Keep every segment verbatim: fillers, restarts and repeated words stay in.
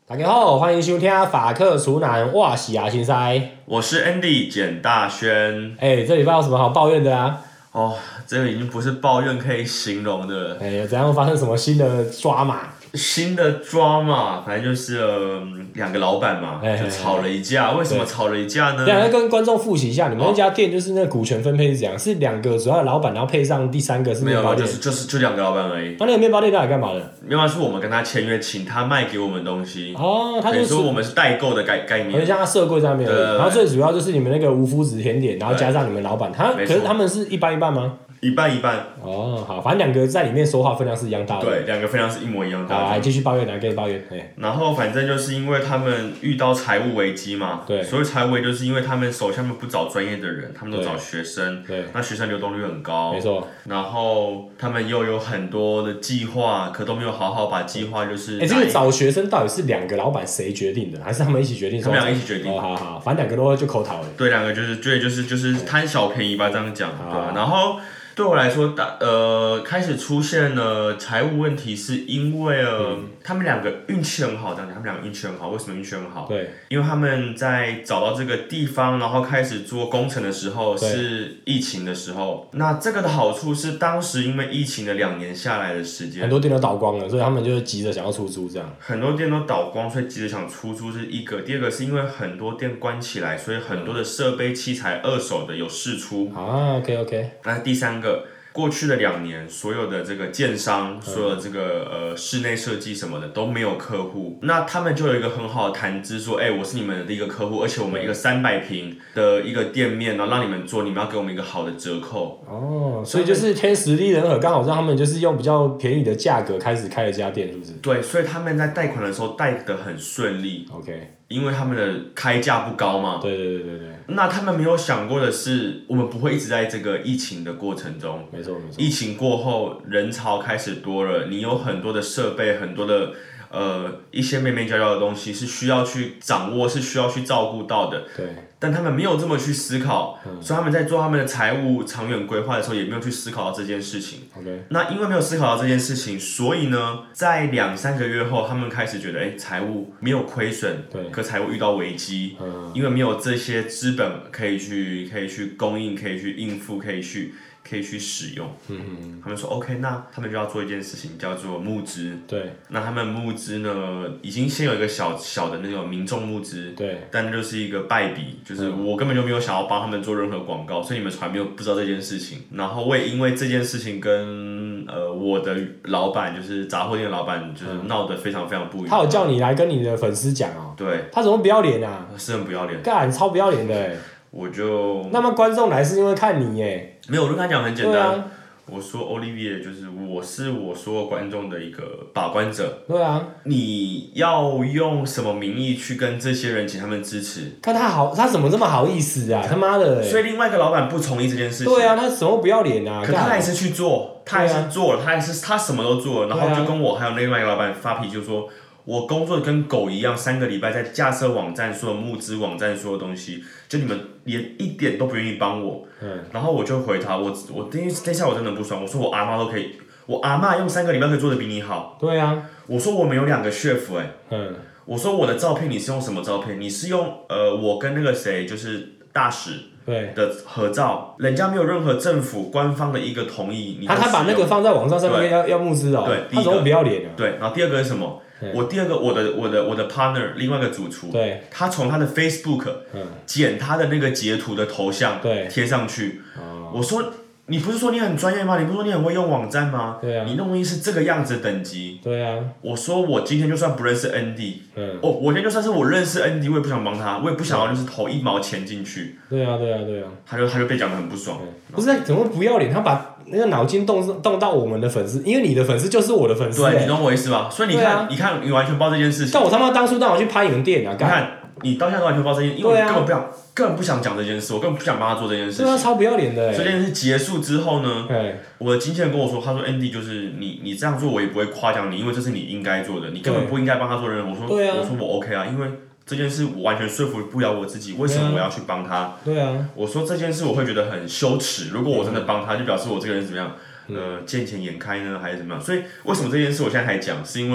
大家好，欢迎收听法克厨男，我是牙青塞， 我是 Andy 简大轩。 哎、欸，这礼拜有什么好抱怨的啊？ 哦，这个已经不是抱怨可以形容的了。 哎、欸，怎样发生什么新的抓马？ 新的 drama， 反正就是两、呃、个老板嘛，欸、就吵了一架。为什么吵了一架呢？ 对啊，要跟观众复习一下，你们那家店就是那个股权分配是怎样？是两个主要的老板，然后配上第三个是面包店， 没有，就是就是就两个老板而已。 那、啊、那个面包店到底干嘛的？ 面包是我们跟他签约，请他卖给我们东西。 哦，他就是说我们是代购的概概念， 很像他设柜上面。然后最主要就是你们那个无麸质甜点，然后加上你们老板，他可是他们是一半一半吗？ 一半一半哦，好，反正两个在里面说话分量是一样大的。 对，两个分量是一模一样大的。 好，来继续抱怨，来跟你抱怨。 然后反正就是因为他们遇到财务危机嘛， 对， 所以财务危机就是因为他们手下面不找专业的人，他们都找学生， 对， 那学生流动率很高， 没错。 然后他们又有很多的计划，可都没有好好把计划就是。 哎、欸，这个找学生到底是两个老板谁决定的，还是他们一起决定？ 他们两个一起决定。 哦，好好，反正两个都就口讨了。 对，两个就是对，就是就是贪小便宜吧，这样讲，对吧、啊？然后。对我来说，大呃开始出现了财务问题，是因为呃、嗯、他们两个运气很好，这样讲，他们两个运气很好。为什么运气很好？ 对， 因为他们在找到这个地方，然后开始做工程的时候是疫情的时候。那这个的好处是，当时因为疫情的两年下来的时间， 很多店都倒光了，所以他们就急着想要出租这样。 很多店都倒光，所以急着想出租是一个。第二个是因为很多店关起来，所以很多的设备器材二手的有释出。 啊 ，OK OK。 那第三个。过去的两年，所有的这个建商，所有的这个呃室内设计什么的都没有客户，那他们就有一个很好的谈资，说，哎、欸，我是你们的第一个客户，而且我们一个三百平的一个店面，然后让你们做，你们要给我们一个好的折扣。 哦，所以就是天时地人和，刚好让他们就是用比较便宜的价格开始开了家店，是不是？ 对，所以他们在贷款的时候贷得很顺利。 OK。 因为他们的开价不高嘛， 对对对对对。 那他们没有想过的是，我们不会一直在这个疫情的过程中， 没错没错。 疫情过后，人潮开始多了，你有很多的设备，很多的呃一些眉眉角角的东西是需要去掌握，是需要去照顾到的。 对。 但他们没有这么去思考，嗯、所以他们在做他们的财务长远规划的时候，也没有去思考到这件事情。 Okay. 那因为没有思考到这件事情，所以呢，在两三个月后，他们开始觉得，哎、欸，财务没有亏损， 对， 可财务遇到危机，嗯、因为没有这些资本可以去可以去供应，可以去应付，可以去。可以去使用，嗯嗯他们说 OK， 那他们就要做一件事情，叫做募资。 对， 那他们募资呢，已经先有一个小小的那种民众募资， 对， 但就是一个败笔，就是我根本就没有想要帮他们做任何广告，所以你们从来没有不知道这件事情。然后我也因为这件事情跟呃我的老板，就是杂货店的老板，就是闹得非常非常不愉快。 他有叫你来跟你的粉丝讲哦， 对， 他怎么不要脸啊？ 是很不要脸， 干超不要脸的哎。 我就那么观众来是因为看你耶？ 没有，我跟他讲很简单。 啊、 我说 Olivier 就是我是我所有观众的一个把关者。 对啊。 你要用什么名义去跟这些人请他们支持？ 看他好，他怎么这么好意思啊？他妈的！ 所以另外一个老板不同意这件事情。 对啊，他什么不要脸啊？ 可他还是去做，他还是做了，他还是他什么都做了，然后就跟我还有另外一个老板发脾气，就说。我工作跟狗一样，三个礼拜在架设网站，所有募资网站所有东西，就你们连一点都不愿意帮我。嗯。然后我就回他，我我等一下我真的不爽，我说我阿嬤都可以，我阿嬤用三个礼拜可以做的比你好。 对啊。 我说我们有两个 chef 哎、欸。 嗯。 我说我的照片你是用什么照片？你是用呃我跟那个谁就是大使。 对的合照，人家没有任何政府官方的一个同意，你他他把那个放在网上上面要要募资哦， 对， 他怎么不要脸啊？ 对，然后第二个是什么？我第二个我的我的我的 partner 另外一个主厨， 对， 他从他的 Facebook 剪他的那个截图的头像， 对， 贴上去。我说你不是说你很专业吗？你不是说你很会用网站吗？ 对啊， 你弄东西是这个样子的等级。 对啊， 我说我今天就算不认识 Andy， 嗯， 哦，我今天就算是我认识 Andy， 我也不想帮他，我也不想要就是投一毛钱进去。 对啊，对啊，对啊， 他就他就被讲得很不爽。 不是，怎么不要脸？他把那个脑筋动动到我们的粉丝，因为你的粉丝就是我的粉丝、欸。 对，你懂我意思吧？所以你看，啊、你看，你完全不知道这件事情。 但我他妈当初让我去拍你们店啊！ 你看，你到现在完全不知道这件，因为我根本不想， 啊、 根本不想讲这件事，我根本不想帮他做这件事情。 对啊，超不要脸的、欸。 所以这件事结束之后呢， 欸、 我的经纪人跟我说，他说 Andy 就是你，你这样做我也不会夸奖你，因为这是你应该做的，你根本不应该帮他做任何。我说， 啊、 我说我 OK 啊，因为。这件事我完全说服不了我自己，为什么我要去帮他？ 对啊， 我说这件事我会觉得很羞耻。如果我真的帮他，就表示我这个人怎么样？呃，见钱眼开呢，还是怎么样？所以为什么这件事我现在才讲？是因为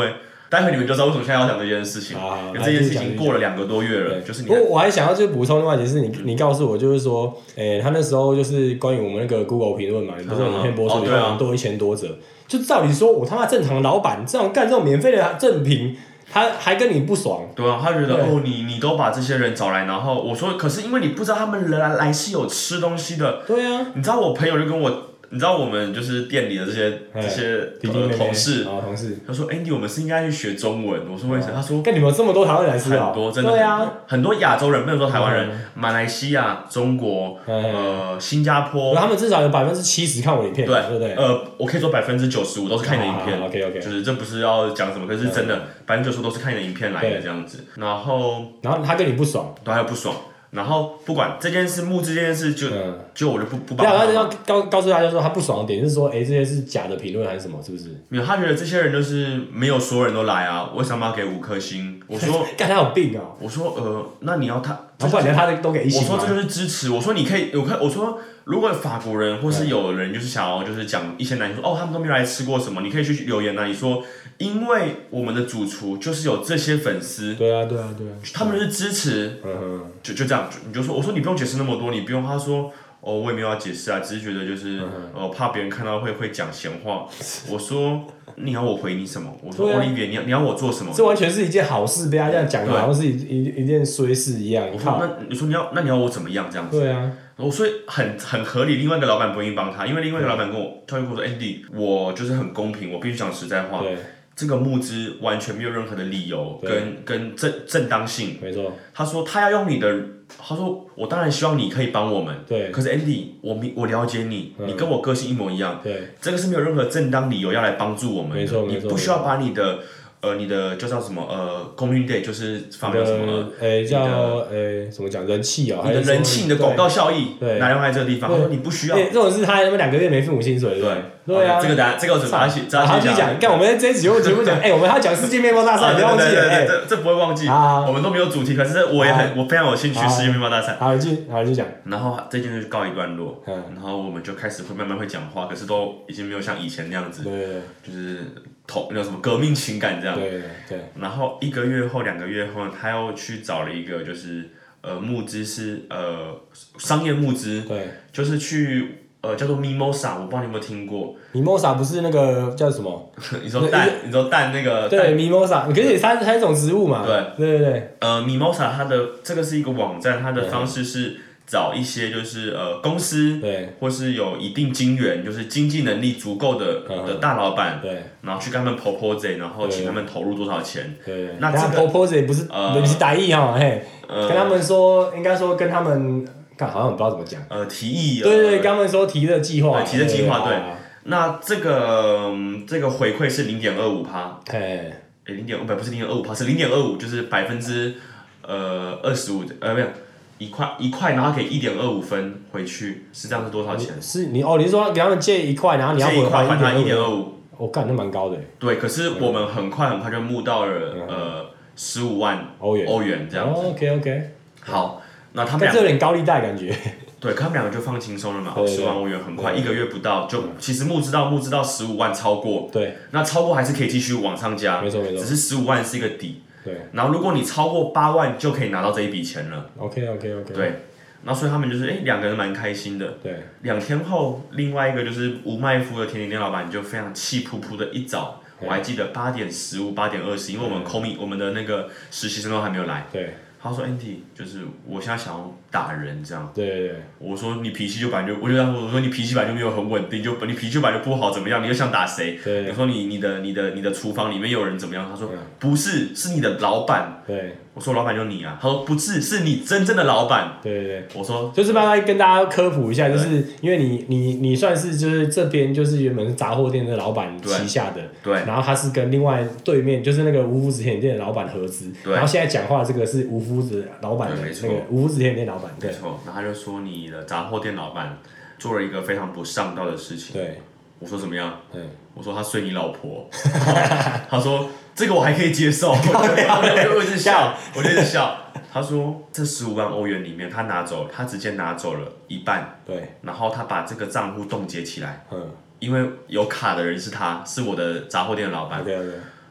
待会你们就知道为什么现在要讲这件事情。因为这件事情过了两个多月了，就是你。 不过我还想要就补充另外一件事，你你告诉我就是说，诶、欸，他那时候就是关于我们那个 Google 评论嘛，你不是有影片播出，有很多一千多则，就照理说，我他妈正常的老板这种干这种免费的正评。他还跟你不爽， 对啊，他觉得哦，你你都把这些人找来，然后我说，可是因为你不知道他们来来是有吃东西的， 对啊， 你知道我朋友就跟我。你知道我们就是店里的这些这些呃同事， 哦同事， 他说 Andy 我们是应该去学中文，我说为什么？他说跟你们这么多台湾人吃很多真的， 对啊， 很多亚洲人，不能说台湾人，马来西亚、中国、呃新加坡， 他们至少有百分之七十看我影片，对对不对？ 呃，我可以说百分之九十五都是看你的影片 ，OK OK， 就是这不是要讲什么，可是真的百分之九十五都是看你的影片来的这样子，然后然后他跟你不爽， 对，还有不爽。然后不管这件事，募资这件事就、嗯、就我就不不帮他。对啊，他要告告诉他，就说他不爽的点是说，哎，这些是假的评论还是什么？是不是？ 没有，他觉得这些人就是没有所有人都来啊，为什么要给五颗星？我说， 干他有病啊！ 我说，呃，那你要他， 不然你他都给一星。 我说这就是支持。我说你可以，我看我说，如果法国人或是有人就是想要就是讲一些男生说，哦，他们都没有来吃过什么，你可以去留言啊，你说。因为我们的主厨就是有这些粉丝， 对啊，对啊，对啊， 他们是支持， 嗯就就这样，你就说，我说你不用解释那么多，你不用。他说，哦，我也没有要解释啊，只是觉得就是，呃，怕别人看到会会讲闲话。我说，你要我回你什么？我说，Olivier，你要你要我做什么？ 这完全是一件好事，被他这样讲，好像是一一一件衰事一样。 我说，那你说你要那你要我怎么样这样子？ 对啊。 我所以很很合理，另外一个老板不愿意帮他，因为另外一个老板跟我，他就跟我说 ，Andy， 我就是很公平，我必须讲实在话。这个募资完全没有任何的理由跟跟正正当性。 没错。 他说他要用你的，他说我当然希望你可以帮我们。 对。 可是 Andy， 我我了解你，嗯、你跟我个性一模一样。 对。 这个是没有任何正当理由要来帮助我们的。 没错。 你不需要把你的呃你的就叫什么呃 community 就是发表什么呃叫呃怎么讲人气哦， 你的人气你的广告效益拿来用在这个地方。他说你不需要。 这种是他他们两个月没付我薪水，对。对啊， 这个答这个我怎么去？ 好，继续讲。干，我们这一集节目节目讲，哎，我们还要讲世界面包大赛，不要忘记。 哎，这这不会忘记。我们都没有主题，可是我也很我非常有兴趣世界面包大赛。 好，继好继续讲。 然后这件事就告一段落，然后我们就开始会慢慢会讲话，可是都已经没有像以前那样子， 对， 就是同那种什么革命情感这样。 对对。 然后一个月后、两个月后，他又去找了一个就是呃募资是呃商业募资， 对， 就是去。呃，叫做 Mimosa， 我不知道你有没有听过。 Mimosa 不是那个叫什么？ 你说蛋，你说蛋那个？ 对 ，Mimosa， 可是它它是一种植物嘛？ 对对对对。 呃 ，Mimosa 它的这个是一个网站，它的方式是找一些就是呃公司， 对， 或是有一定金源，就是经济能力足够的的大老板， 对， 然后去跟他们 propose， 然后请他们投入多少钱。 对， 那这个 propose 不是呃，你是打意哈，嘿，跟他们说，应该说跟他们。好像不知道怎么讲。 呃，提议。 对对对，刚刚说提的计划。 提的计划，对。那这个这个回馈是零点二五趴。 哎。 哎，零点五不不是零点二五趴，是零点二五，就是百分之呃二十五呃没有一块一块，然后给一点二五分回去，是这样是多少钱？ 是你哦，你是说给他们借一块，然后你要借一块还他一点二五。 我干，那蛮高的。 对，可是我们很快很快就募到了呃十五万欧元欧元这样子。 OK OK。 好。那他们两个有点高利贷感觉， 对，他们两个就放轻松了嘛，十万欧元很快，一个月不到就，其实募资到募资到十五万超过， 对， 那超过还是可以继续往上加， 没错没错， 只是十五万是一个底， 对， 然后如果你超过八万就可以拿到这一笔钱了 ，OK OK OK， 对，然后所以他们就是哎两个人蛮开心的， 对， 两天后另外一个就是吴麦夫的甜点店老板就非常气扑扑的一早，我还记得八点十五八点二十，因为我们 Komi 我们的那个实习生都还没有来， 对。 他说 ：“Andy， 就是我现在想要打人这样。” 对对对。我说：“你脾气就本来就，我就跟他说，我说你脾气本来就没有很稳定，就你脾气本来就不好，怎么样？你又想打谁？ 对。 你说你你的你的你的厨房里面有人怎么样？”他说：“不是，是你的老板。” 对。 我说：“老板就你啊。”他说：“不是，是你真正的老板。” 对对对。 我说：“ 就是帮他跟大家科普一下，就是因为你你你算是就是这边就是原本是杂货店的老板旗下的， 对。 然后他是跟另外对面就是那个无麸质甜点店的老板合资，然后现在讲话这个是无麸质老板。 没错， 那个无麸质甜点店老板， 没错。然后他就说你的杂货店老板做了一个非常不上道的事情。 对， 我说怎么样？ 对， 我说他睡你老婆。他说这个我还可以接受。我就一直笑，我就一直笑。他说这十五万欧元里面，他拿走，他直接拿走了一半。 对， 然后他把这个账户冻结起来。 嗯， 因为有卡的人是他，是我的杂货店的老板。 对对。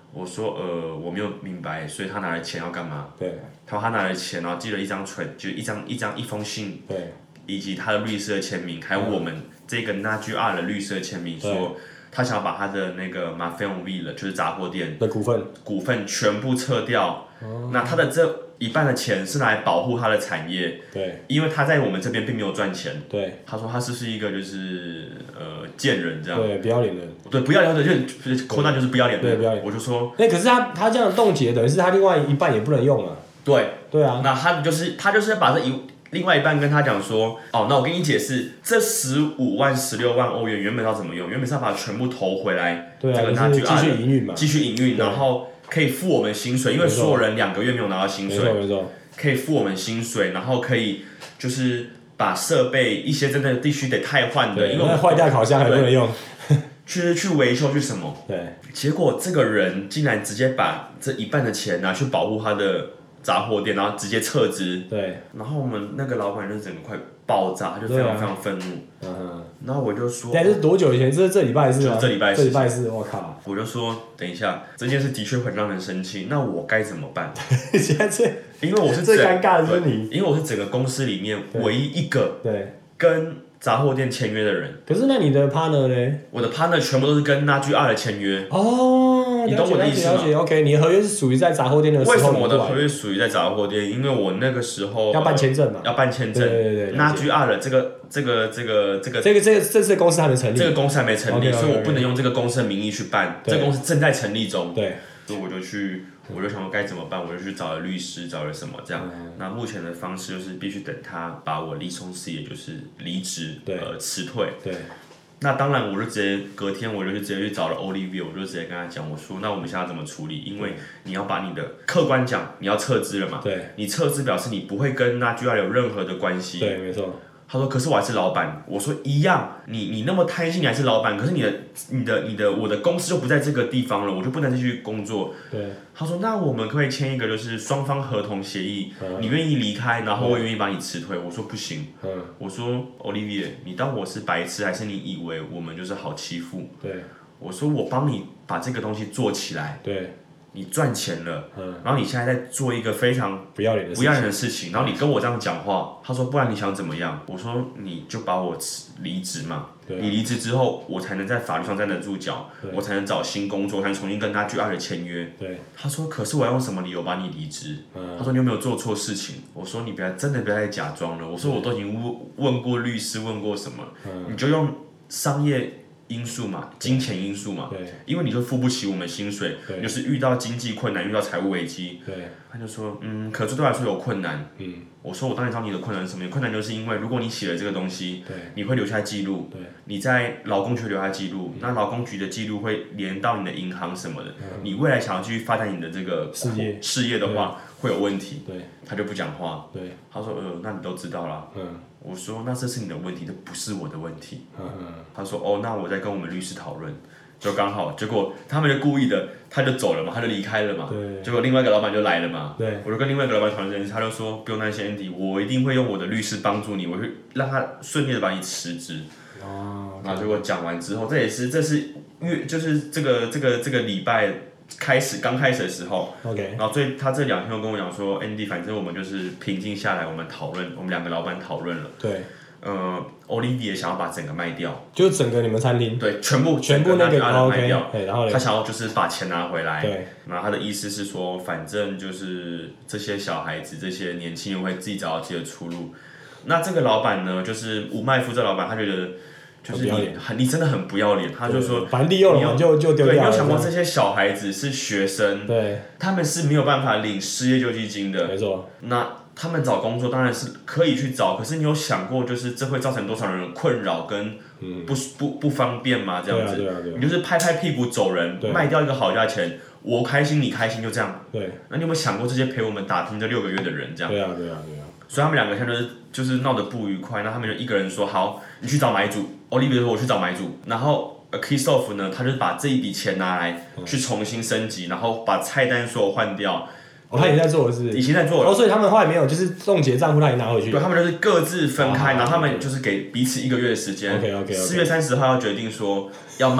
我说呃我没有明白，所以他拿了钱要干嘛？ 对。 他说他拿了钱，然后寄了一张存，就一张一张一封信， 对。 以及他的律师的签名，还有我们这个 N A G R 的律师的签名，说他想要把他的那个 Mafionville 就是杂货店的股份股份全部撤掉。哦、那他的这一半的钱是来保护他的产业， 对， 因为他在我们这边并没有赚钱。 对， 他说他是是一个就是呃贱人这样， 对，不要脸的， 对，不要脸的，就是扣那就是不要脸的， 对，不要脸。 我就说， 哎、欸，可是他他这样冻结，等于是他另外一半也不能用啊。 对， 对啊， 那他就是他就是把这一。另外一半跟他讲说，哦，那我跟你解释，这十五万、十六万欧元原本要怎么用？原本是要把它全部投回来， 对啊， 这个拿去继续营运嘛， 继续营运，然后可以付我们薪水，因为所有人两个月没有拿到薪水， 没错没错， 可以付我们薪水，然后可以就是把设备一些真的必须得汰换的，因为坏掉烤箱还不能用， 去去维修去什么？ 对， 结果这个人竟然直接把这一半的钱拿去保护他的杂货店，然后直接撤资。 对， 然后我们那个老板就整个快爆炸，他就非常非常愤怒。嗯，然后我就说， 对，这是多久以前？这是这礼拜是吗？ 这礼拜这礼拜是，我靠！ 我就说，等一下，这件事的确很让人生气，那我该怎么办？ 现在最， 因为我是最尴尬的是你， 因为我是整个公司里面唯一一个对跟杂货店签约的人。 可是那你的 partner 呢？ 我的 partner 全部都是跟 N A G R 的签约。 哦， 你懂我的意思吗 ？OK， 你的合约是属于在杂货店的时候。 为什么我的合约属于在杂货店？因为我那个时候要办签证嘛， 要办签证。 对对对 N A G R 的这个这个这个这个这个这个这次公司还没成立， 这个公司还没成立， okay, okay, okay. 所以我不能用这个公司的名义去办。这个公司正在成立中。 对。 所以我就去，我就想说该怎么办，我就去找了律师，找了什么这样。嗯、那目前的方式就是必须等他把我离松司，也就是离职，呃，辞退。 对。 那当然，我就直接隔天我就直接去找了 Olivier， 我就直接跟他讲，我说那我们现在要怎么处理？因为你要把你的客观讲，你要撤资了嘛。 对。 你撤资表示你不会跟那 N A G R 有任何的关系。 对，没错。 他说：“可是我还是老板。”我说：“一样，你你那么贪心，你还是老板。可是你的你的你的我的公司就不在这个地方了，我就不能继续工作。” 对。 他说：“那我们可不可以签一个就是双方合同协议，嗯、你愿意离开，然后我愿意把你辞退。”我说：“不行。嗯”我说 ：“Olivier， 你当我是白痴，还是你以为我们就是好欺负？” 对。 我说：“我帮你把这个东西做起来。” 对。 你赚钱了， 嗯、 然后你现在在做一个非常不要脸的不要脸的事情，然后你跟我这样讲话，他说不然你想怎么样？我说你就把我离职嘛，你离职之后，我才能在法律上站得住脚，我才能找新工作，才能重新跟他 N A G R 签约。 对， 他说可是我要用什么理由把你离职？嗯、他说你有没有做错事情？我说你不要真的不要再假装了。我说我都已经问问过律师，问过什么，嗯、你就用商业因素嘛，金钱因素嘛，因为你就付不起我们薪水，你就是遇到经济困难，遇到财务危机，他就说，嗯，可是对我来说有困难，嗯，我说我当然知道你的困难是什么，困难就是因为如果你写了这个东西，你会留下记录，你在劳工局留下记录，那劳工局的记录会连到你的银行什么的，嗯、你未来想要继续发展你的这个事业事业的话，会有问题， 对， 他就不讲话， 对， 他说，呃，那你都知道了，嗯。我说那这是你的问题，这不是我的问题。嗯嗯、他说哦，那我在跟我们律师讨论，就刚好，结果他们就故意的，他就走了嘛，他就离开了嘛。结果另外一个老板就来了嘛。我就跟另外一个老板讨论这件事，他就说不用担心 Andy， 我一定会用我的律师帮助你，我会让他顺利的把你辞职。哦。然后结果讲完之后，这也是这是月就是这个这个这个礼拜。开始刚开始的时候 ，OK， 然后最他这两天又跟我讲说 ，Andy， 反正我们就是平静下来，我们讨论，我们两个老板讨论了。 对。 呃 ，Olivier 想要把整个卖掉， 就整个你们餐厅。 对，全部全部那个阿卖掉。 对，然后他想要就是把钱拿回来。 对。 然后他的意思是说，反正就是这些小孩子、这些年轻人会自己找到自己的出路。那这个老板呢，就是吴麦夫这老板，他觉得。就是你很，你真的很不要脸。他就说， 反正利用了就就丢掉了。 对，你有想过这些小孩子是学生， 对， 他们是没有办法领失业救济金的。 没错。 那他们找工作当然是可以去找，可是你有想过，就是这会造成多少人的困扰跟不、嗯、不不方便吗？这样子， 对啊对啊对啊、 你就是拍拍屁股走人，卖掉一个好价钱，我开心你开心，就这样。 对。 那你有没有想过这些陪我们打拼这六个月的人，这样？ 对啊对啊对啊。 所以他们两个现在就是就是闹得不愉快，那他们就一个人说好，你去找买主。Olivier 说我去找买主，然后 Christophe 呢，他就把这一笔钱拿来去重新升级，然后把菜单所有换掉。 哦，他已经在做了是不是？ 已经在做了。 哦，所以他们后来没有，就是冻结账户，他已经拿回去。 对，他们就是各自分开，然后他们就是给彼此一个月的时间。 OK OK OK。 四月三十号要决定说要卖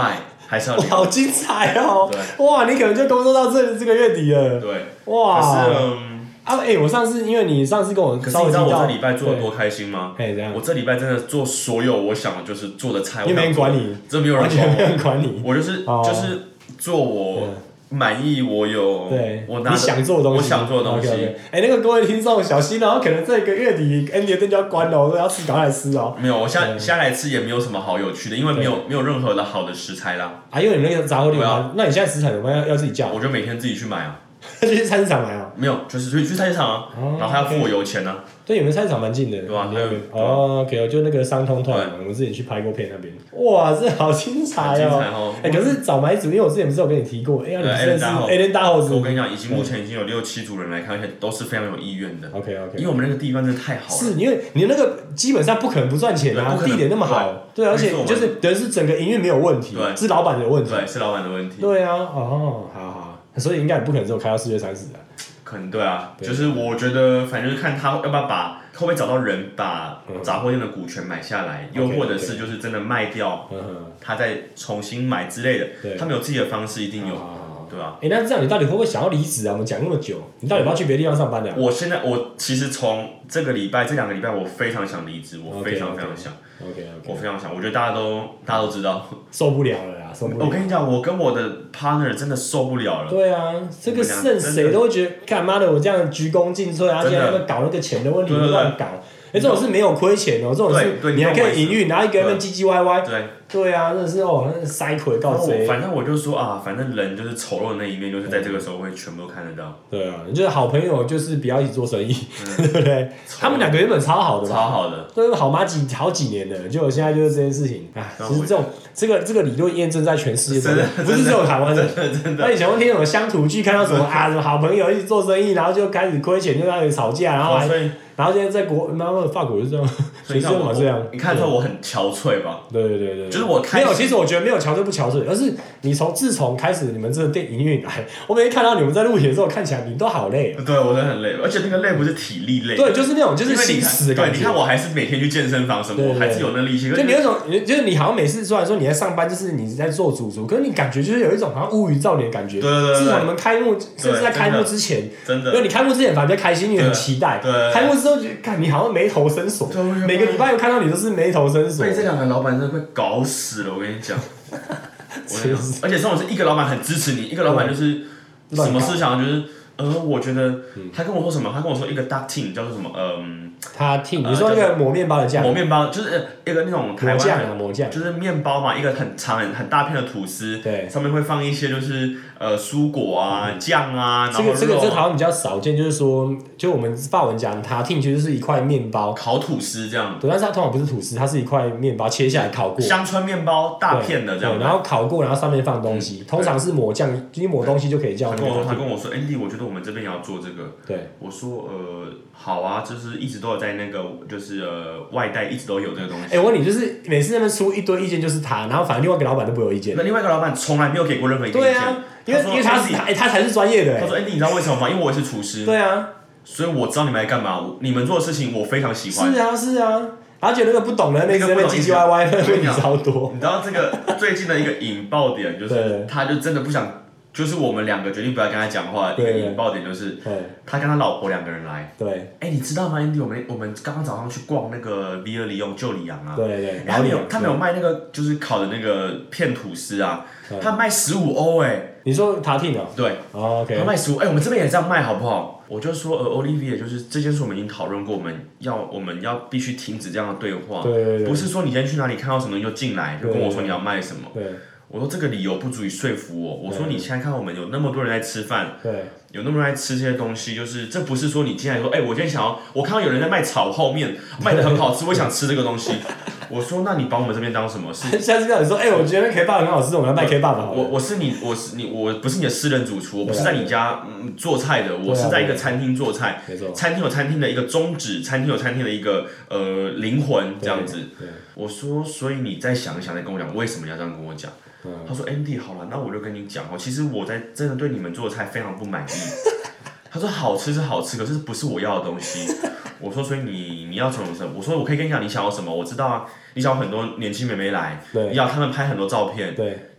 还是要好精彩哦！ 对， 哇，你可能就工作到这这个月底了。 对， 哇， 可是嗯。 啊，哎、欸，我上次因为你上次跟我稍微提到， 可是你知道我这礼拜做的多开心吗？ 哎，这样， 我这礼拜真的做所有我想的，就是做的菜， 因为没人管你， 真没有人管我， 没人管你， 我就是、哦、就是做我满意，我有对， 我拿你想做的东西， 我想做的东西。哎、 okay, okay 欸，那个各位听众小心哦，可能这个月底 Andy 的店就要关了，我说要吃赶快来吃哦。 没有，我现在现在来吃也没有什么好有趣的，因为没有没有任何的好的食材啦。 啊，因为你那个杂货店，啊、那你现在食材怎么样？要自己叫？ 我就每天自己去买啊。 去菜市场买啊？ 没有，就是去去菜市场啊，哦、然后还要付我油钱呢、啊。 对，你们菜市场蛮近的， 对吧、啊？ 哦 ，OK， 就那个商通团，我们之前去拍过片那边。哇，这好精彩哦！哎、欸，可是找买主，因为我之前不是有跟你提过，哎、欸、呀，你真的是 A 连大猴子。 我跟你讲，已经目前已经有六七组人来看，而且都是非常有意愿的。 OK OK， 因为我们那个地方真的太好了。 是因为你那个基本上不可能不赚钱啊，地点那么好，对，而且就是等于是整个营运没有问题，是老板的问题， 对，是老板的问题。 对啊，哦，好好，所以应该也不可能只有开到四月三十啊。 可能对啊，对就是我觉得，反正就是看他要不要把，会不会找到人把杂货店的股权买下来，嗯、又或者是就是真的卖掉，嗯、他再重新买之类的，他们有自己的方式，一定有，对吧、啊？ 哎、欸，那这样你到底会不会想要离职啊？我们讲那么久，你到底要不要去别的地方上班的、啊？ 我现在我其实从这个礼拜这两个礼拜，我非常想离职，我非常非常想。 OK OK， 我非常想，我觉得大家都大家都知道， 受不了了啦，受不了。 我跟你讲，我跟我的 partner 真的受不了了。 对啊，这个剩谁都会觉得，干妈的我这样鞠躬尽瘁，然后现在搞那个钱的问题乱搞。哎、欸，这种是没有亏钱哦，这种是你还可以营运，然后一个人唧唧歪歪。 对对啊，真的是哦，那塞亏告贼。 反正我就说啊，反正人就是丑陋的那一面，就是在这个时候会全部都看得到。 对啊，就是好朋友，就是不要一起做生意，嗯、对不对？他们两个原本超好的吧？ 超好的， 对，好妈几好几年了，结果现在就是这件事情啊。其实这种这个这个理论验证在全世界都不是只有台湾的。 真的。 那以前会听那种乡土剧，看到什么啊，什么好朋友一起做生意，然后就开始亏钱，就开始吵架，然后还。然后现在在国，然后法国就这样， 所以我这样， 你看出来我很憔悴吧？ 对对对对， 就是我没有，其实我觉得没有憔悴不憔悴，而是你从自从开始你们这个店营运来，我每天看到你们在录影的时候，看起来你都好累、喔。 对，我真的很累，而且那个累不是体力累， 对，就是那种就是心死的感觉。 对，你看我还是每天去健身房什么， 对对对， 我还是有那力气。 就你有一种，就是你好像每次虽然说你在上班，就是你在做主厨，可是你感觉就是有一种好像乌云罩你的感觉。 对对对。 至少你们开幕，甚至在开幕之前， 真的， 因为你开幕之前反正开心，你很期待。 对。 开幕之后就看你好像眉头深锁，每个礼拜又看到你都是眉头深锁。 被这两个老板真的快搞死了，我跟你讲。而且这种是一个老板很支持你，一个老板就是什么思想就是，呃，我觉得他跟我说什么，他跟我说一个 duck team 叫做什么，嗯， 他 team，你说那个抹面包的酱， 抹面包就是一个那种台湾酱啊，抹酱， 就是面包嘛，一个很长很很大片的吐司， 对， 上面会放一些就是呃蔬果啊、酱啊， 这个这个这台湾比较少见，就是说，就我们法文讲它 team 其实是一块面包， 烤吐司这样， 对，但是它通常不是吐司，它是一块面包切下来烤过， 乡村面包大片的这样， 然后烤过，然后上面放东西，通常是抹酱，你抹东西就可以叫那个。 他跟我说 ，Andy， 我觉得我们这边也要做这个。 对， 我说呃好啊，就是一直都有在那个就是呃外带一直都有这个东西。 哎、欸，我问你，就是每次那边出一堆意见就是他，然后反正另外一个老板都不会有意见。 那另外一个老板从来没有给过任何一个意见。 对啊，因为因为他是他、欸、他才是专业的、欸。 他说 Andy， 你知道为什么吗？因为我也是厨师。 对啊， 所以我知道你们在干嘛，你们做的事情我非常喜欢。 是啊是啊，而且那个不懂的那个那边唧唧歪歪问题超多。 你知道这个最近的一个引爆点就是，他就真的不想。就是我们两个决定不要跟他讲话，一个引爆点就是，他跟他老婆两个人来。 对。 哎、欸，你知道吗 ，Andy？ 我们我们刚刚早上去逛那个 V 二里用旧里昂啊。 对对。 然后有他们有卖那个就是烤的那个片吐司啊，他卖十五欧哎。 你说塔汀啊？ 对。 哦 OK。 他卖十五，哎，我们这边也这样卖好不好？我就说，呃 ，Olivia， 就是这件事我们已经讨论过，我们要我们要必须停止这样的对话。 对对对。 不是说你今天去哪里看到什么你就进来，就跟我说你要卖什么。 对。 我说这个理由不足以说服我。我说你现在看我们有那么多人在吃饭， 对， 有那么多人在吃这些东西，就是这不是说你进来说，哎、欸，我今天想要，我看到有人在卖炒泡面，卖的很好吃，我想吃这个东西。我说那你把我们这边当什么？是下次跟你说，哎、欸，我觉得 K 爸很好吃，我们要卖 K 爸吧。 我我是你，我是你，我不是你的私人主厨，我不是在你家、嗯、做菜的，我是在一个餐厅做菜。餐厅有餐厅的一个宗旨，餐厅有餐厅的一个呃灵魂，这样子。我说，所以你再想一想，再跟我讲为什么要这样跟我讲。嗯、他说 ：“Andy， 好了，那我就跟你讲哦，其实我在真的对你们做的菜非常不满意。”他说：“好吃是好吃，可是不是我要的东西。”我说：“所以你你要什么什么？”我说：“我可以跟你讲你想要什么，我知道啊，你想要很多年轻妹妹来，你要他们拍很多照片， 对，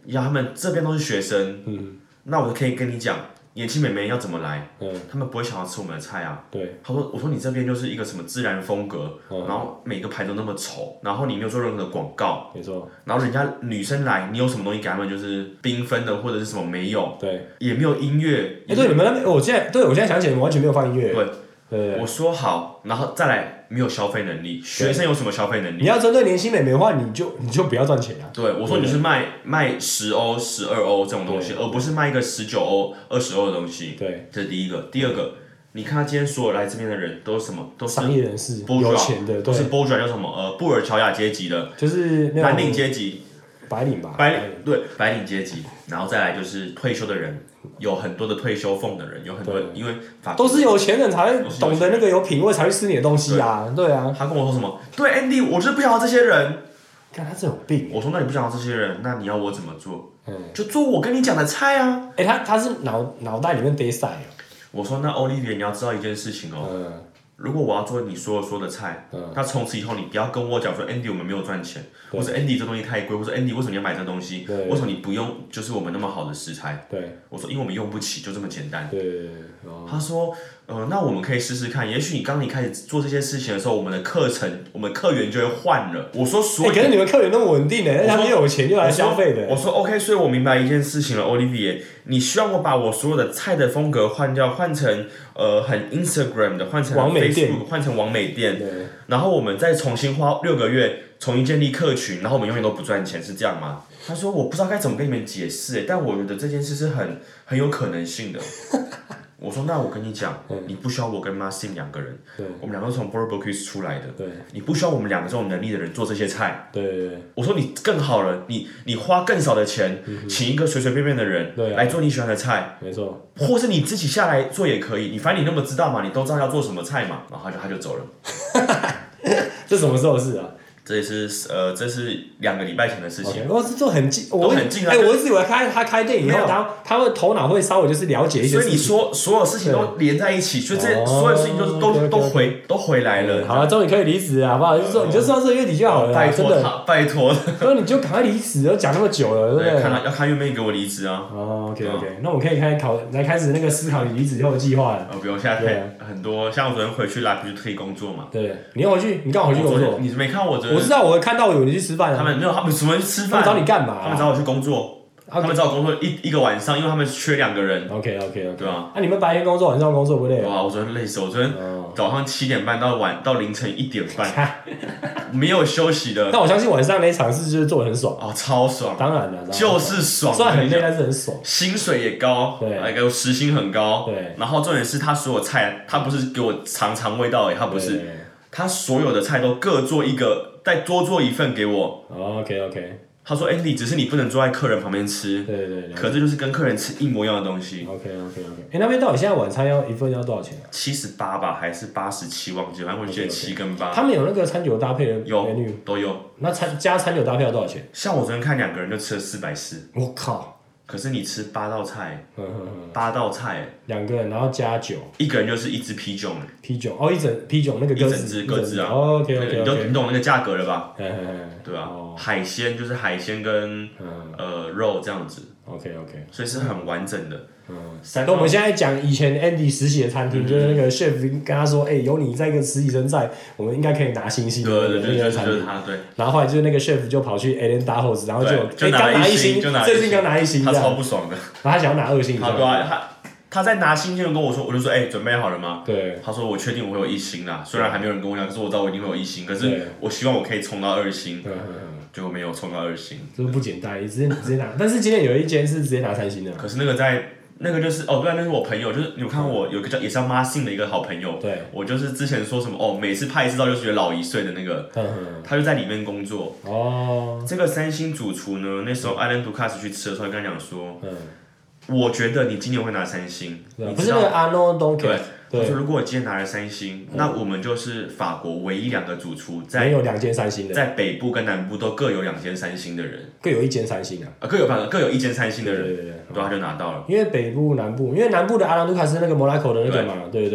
呀，他们这边都是学生， 嗯， 那我就可以跟你讲，年轻美眉要怎么来， 嗯， 他们不会想要吃我们的菜啊。 对， 他说，我说你这边就是一个什么自然风格， 嗯然后每个牌都那么丑，然后你没有做任何的广告， 没错， 然后人家女生来，你有什么东西给他们就是缤纷的或者是什么没有， 对， 也没有音乐。 哎、对，你们那边，我现在对我现在想起来，你们完全没有放音乐。 对， 对对， 我说好，然后再来没有消费能力，学生有什么消费能力？ 你要针对年轻美眉的话，你就你就不要赚钱啊。 对，我说你是卖卖十欧、十二欧这种东西，而不是卖一个十九欧、二十欧的东西。 对， 这是第一个。第二个，你看他今天所有来这边的人都是什么？都是商业人士， 波有钱的， 都是 bourgeois 叫什么？呃，布尔乔亚阶级的， 就是那蓝领阶级。 白领吧， 白领对白领阶级，然后再来就是退休的人，有很多的退休俸的人，有很多因为法都是有钱人才会懂得那个有品味才去吃你的东西啊，对啊。 他跟我说什么？对 Andy， 我就是不想要这些人。 看他这有病。 我说那你不想要这些人，那你要我怎么做？ 嗯， 就做我跟你讲的菜啊。 哎、欸，他他是脑脑袋里面得塞哦。 我说那 Olivia， 你要知道一件事情哦。嗯。如果我要做你所有说的菜，嗯，那从此以后你不要跟我讲说 Andy 我们没有赚钱，或者 Andy 这东西太贵，或者 Andy 为什么你要买这东西？为什么你不用就是我们那么好的食材？对，我说因为我们用不起，就这么简单。对对对。哦、他说，呃，那我们可以试试看，也许你刚你开始做这些事情的时候，我们的课程，我们客源就会换了。我说所以， 欸、可是你们客源那么稳定的，他们又有钱又来消费的。 我说 OK， 所以我明白一件事情了 ，Olivier， 你希望我把我所有的菜的风格换掉，换成呃很 Instagram 的，换成 Facebook， 换成网美店，然后我们再重新花六个月重新建立客群，然后我们永远都不赚钱，是这样吗？他说我不知道该怎么跟你们解释，但我觉得这件事是很很有可能性的。我说那我跟你讲，你不需要我跟 Marcin 两个人，我们两个都从 Bourbocuse 出来的，你不需要我们两个这种能力的人做这些菜。对对对，我说你更好了，你你花更少的钱，嗯、请一个随随便便的人来做你喜欢的菜，没错，或是你自己下来做也可以。你反正你那么知道嘛，你都知道要做什么菜嘛，然后他就他就走了。 这什么时候的事啊？ 这也是呃，这是两个礼拜前的事情。 哇，这都很近， 都很近啊！ 哎、欸，我一直以为开他开店以后，然后他会头脑会稍微就是了解一些事情。 所以你说所有事情都连在一起，所以这所有事情都都都都回都回来了。 好了，终于可以离职了，好不好？就说你就知道这个月底就好了， 拜托他，拜托。 所以你就赶快离职，都讲那么久了，对不对？ 看他要看愿不愿意给我离职啊。 哦 ，OK OK， 那我可以开始考来开始那个思考你离职以后的计划了。 呃，不用，现在可以很多，像我昨天回去来不是可以工作嘛？ 对，你要回去，你刚好回去工作。 你没看我昨天？ 我知道，我看到有人去吃饭啊。 他们没有，他们什么去吃饭？ 他们找你干嘛？ 他们找我去工作。他们找我工作一一个晚上，因为他们缺两个人。 OK OK OK， 对吧？ 那你们白天工作，晚上工作不累？ 哇，我昨天累死，我昨天早上七点半到晚到凌晨一点半，没有休息的。 但我相信晚上那一场是就是做的很爽哦，超爽。 当然了， 就是爽。 虽然很累，但是很爽。 薪水也高，对，那个时薪很高， 对。 然后重点是他所有菜，他不是给我尝尝味道而已，他不是，他所有的菜都各做一个，再多做一份给我。 OK OK。 他说 ：“Andy， 只是你不能坐在客人旁边吃，对对对，可这就是跟客人吃一模一样的东西。” OK OK OK。哎、欸，那边到底现在晚餐要一份要多少钱啊？ 七十八吧，还是八十七？忘记了，反正我记得七跟八。 他们有那个餐酒搭配的 menu， 有都有。 那餐加餐酒搭配要多少钱？ 像我昨天看两个人就吃了四百四。 我靠！ 可是你吃八道菜，八道菜， 两个人然后加酒， 一个人就是一支啤酒， 啤酒哦，一整啤酒那个一整支各自啊。 OK OK， 你都你懂那个价格了吧？对吧？ 哦、 海鲜就是海鲜跟、嗯、呃肉这样子。 OK OK， 所以是很完整的。 嗯，那我们现在讲以前 Andy 实习的餐厅，嗯、就是那个 chef 跟他说，哎、欸，有你在一个实习生在，我们应该可以拿星星的那个餐厅。 对， 然后后来就是那个 chef 就跑去 Allen Dahos， 然后就哎刚、欸、 拿一星，最近刚拿一星， 他超不爽的。 然后他想要拿二星， 他对啊，他他在拿星就跟我说，我就说，哎、欸，准备好了吗？ 对。 他说我确定我会有一星啦，虽然还没有人跟我讲，可是我知道我一定会有一星，可是我希望我可以冲到二星。对。结果没有冲到二星， 这不简单，直接直接拿。但是今天有一间是直接拿三星的。 可是那个在那个就是哦，对、啊，那是我朋友，就是你有看我有个叫也是叫Marcin的一个好朋友，对，我就是之前说什么哦，每次拍一次照就觉得老一岁的那个，嗯嗯，他就在里面工作。哦，这个三星主厨呢，那时候 Alain Ducasse 去吃的时候，跟他讲说，嗯，我觉得你今年会拿三星， 你不是那个 Arnaud Donker。 他说：“如果我今天拿了三星，嗯、那我们就是法国唯一两个主厨在没有两间三星的， 在北部跟南部都各有两间三星的人， 各有一间三星啊， 啊各有反正各有一间三星的人， 对对对， 对，他就拿到了。 因为北部南部，因为南部的阿兰杜卡是那个摩拉口的那个嘛，对对对。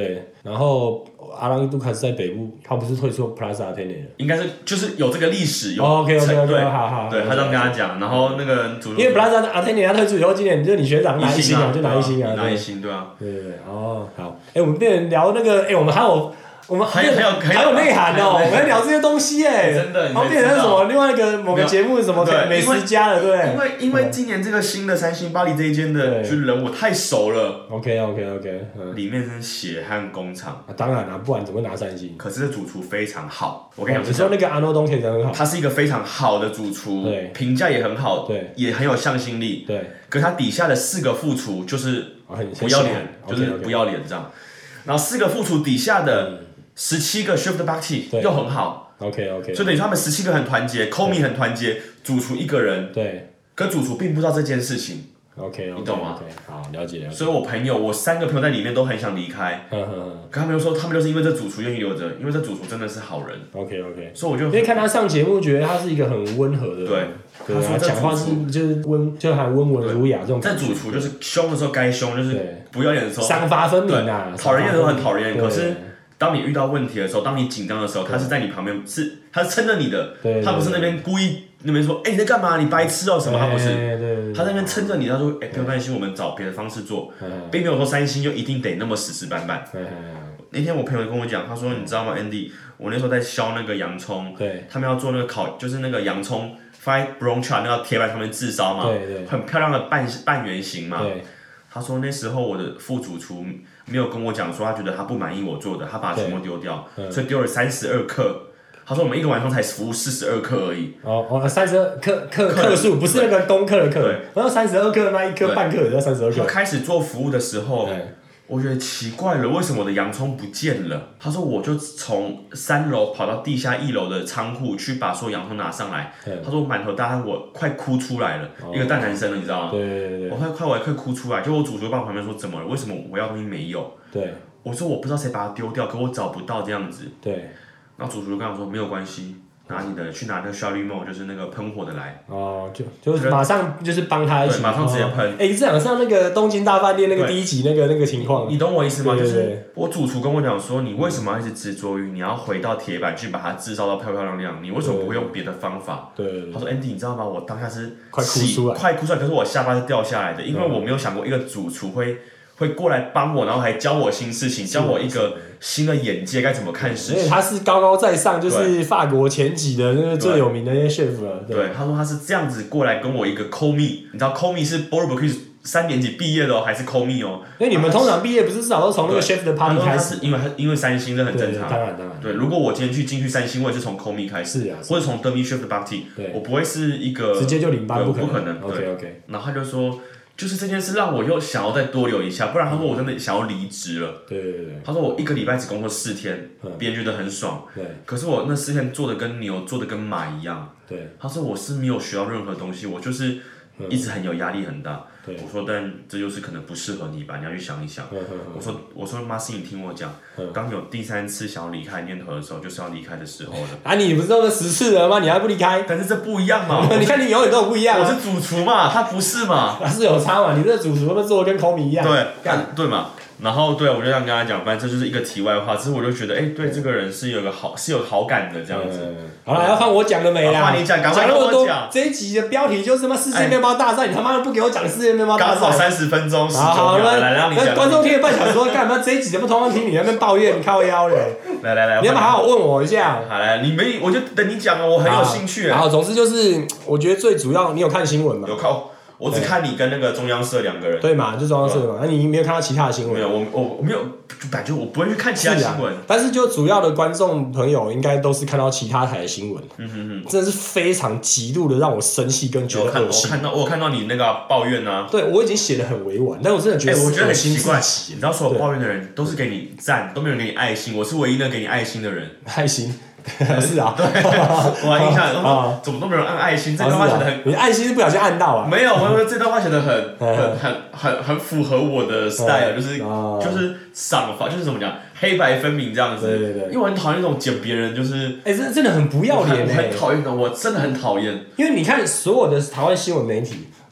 然后阿朗杜卡斯在北部，他不是退出 Plaza Atene 了？ 应该是就是有这个历史，有 OK OK OK， 对， 好好， 对他这样跟他讲，然后那个主， 因为 Plaza Atene 他退出以后，今年就你学长拿一星啊，就拿一星啊， 拿一星，对啊， 对对对，哦，好，哎，我们变成聊那个，哎，我们还有。我们还有还有还有内涵哦，我们在聊这些东西哎， 真的， 然后变成什么另外一个某个节目什么美食家了，对不对？ 因为因为今年这个新的三星巴黎这一间的，就是人我太熟了。 OK OK OK， 里面是血汗工厂啊，当然啦，不然怎么拿三星？ 可是主厨非常好，我跟你讲， 你说那个阿诺东铁很好， 他是一个非常好的主厨，对，评价也很好， 对， 也很有向心力， 对。 可他底下的四个副厨就是不要脸，就是不要脸这样，然后四个副厨底下的。十七个 chef de partie 又很好 ，OK OK， 所以等于他们十七个很团结 ，Komi 很团结，主厨一个人， 对， 可主厨并不知道这件事情 ，OK， 你懂吗？ 好，了解了解。 所以我朋友，我三个朋友在里面都很想离开，可他们又说，他们就是因为这主厨愿意留着，因为这主厨真的是好人 ，OK OK， 所以我就因为看他上节目，觉得他是一个很温和的人， 对， 对，他讲话是就是温，就还温文儒雅这种。 在主厨就是凶的时候该凶，就是不要脸的时候， 赏罚分明啊， 讨人厌的时候很讨人厌，可是。当你遇到问题的时候，当你紧张的时候，他是在你旁边，是他是撑着你的，他不是那边故意那边说，哎、欸、你在干嘛？你白痴哦、喔、什么？他不是，他在那边撑着你，他说，哎、欸、不用担心，我们找别的方式做，并没有说三星就一定得那么死死板板。那天我朋友跟我讲，他说你知道吗 ，Andy， 我那时候在削那个洋葱，他们要做那个烤，就是那个洋葱放在 broncha 那个铁板上面炙烧嘛，很漂亮的半半圆形嘛。他说那时候我的副主厨没有跟我讲说他觉得他不满意我做的，他把全部丢掉，所以丢了三十二克。他说我们一个晚上才服务四十二克而已。 哦哦，三十二克克克数不是那个公克的克，然后三十二克那一颗半克也要三十二克。 他开始做服务的时候。我觉得奇怪了，为什么我的洋葱不见了？他说我就从三楼跑到地下一楼的仓库去把所有洋葱拿上来。他说我满头大汗，我快哭出来了，哦、一个大男生了，你知道吗？ 对对对， 我快快我快哭出来，就我主厨在旁边说怎么了？为什么我要东西没有？ 对， 我说我不知道谁把它丢掉，可我找不到这样子。 对， 然后主厨就跟我说没有关系。拿你的去拿那个 Charlie 就是那个喷火的来哦，就就马上就是帮他一起， 马上直接喷。 哎、欸，这好像那个东京大饭店那个第一集那个那个情况， 你懂我意思吗？就是我主厨跟我讲说，你为什么要一直执着于你要回到铁板去把它制造到漂漂亮亮？你为什么不会用别的方法？ 对, 对, 对， 他说 Andy， 你知道吗？我当下是快哭出来， 快哭出来，可是我下巴是掉下来的，因为我没有想过一个主厨会。会过来帮我，然后还教我新事情，教我一个新的眼界，该怎么看事情。 因为他是高高在上，就是法国前几的那个最有名的那些 chef 了。 对，对他说他是这样子过来跟我一个 call me， 你知道 call me 是 Bourbon 三年级毕业的哦，还是 call me 哦？ 因为你们通常毕业不是至少都从那个 chef 的 party 开始？ 因为因为三星这很正常。 当然当然。 对，如果我今天去进去三星，我也是从 call me 开始， 是啊， 或者从 demi chef 的 party， 我不会是一个直接就领班，不可能。 OK OK。 然后他就说。就是这件事让我又想要再多留一下，不然他说我真的想要离职了。 对对对。他说我一个礼拜只工作四天，别人觉得很爽。 对。 可是我那四天做的跟牛，做的跟马一样。 对。 他说我是没有学到任何东西，我就是一直很有压力很大。 对。 我说但这就是可能不适合你吧，你要去想一想。我说我说马斯，你听我讲，当你有第三次想要离开念头的时候，就是要离开的时候了。 啊，你不是做了十次了吗？你还不离开？ 但是这不一样嘛。 你看你永远都有不一样、啊。 我是主厨嘛，他不是嘛。 他是有差嘛？你这主厨他们做的跟空米一样。 对，干对嘛。然后对，我就这样跟他讲，反正这就是一个题外话。只是我就觉得，哎、欸，对这个人是有个好，是有好感的这样子。 嗯、好了，要换我讲了没啦？ 换你讲，赶快讲跟我讲。 这一集的标题就是什么世界面包大赛，欸、你他妈的不给我讲世界面包大赛？ 刚好三十分钟，十九秒， 来让你讲。 那观众听了半小时，干嘛这一集怎么通常听你那边抱怨靠腰嘞？ 来来来， 你要不好好问我一下。 好来，你没，我就等你讲啊，我很有兴趣。 然后，总之就是，我觉得最主要，你有看新闻吗？ 有看。我只看你跟那个中央社两个人， 对嘛，就中央社嘛。那、啊、你没有看到其他的新闻？ 没有，我我我没有，就感觉我不会去看其他新闻、啊。 但是就主要的观众朋友应该都是看到其他台的新闻，嗯哼哼，真的是非常极度的让我生气跟觉得恶心。 我看到我看到你那个抱怨啊， 对我已经写的很委婉，但我真的觉得、 欸，我觉得很奇怪。 你知道所有抱怨的人都是给你赞，都没有人给你爱心，我是唯一那个给你爱心的人。 爱心。是啊， 对，我还印象，啊，怎么都没有人按爱心，这段话写的很， 你按心是不小心按到啊？ 没有，我说这段话写的很很很很很符合我的 style， 就是就是赏罚，就是怎么讲，黑白分明这样子。 对对对， 因为我很讨厌那种捡别人，就是， 哎，真真的很不要脸， 我很讨厌的，我真的很讨厌。 因为你看所有的台湾新闻媒体。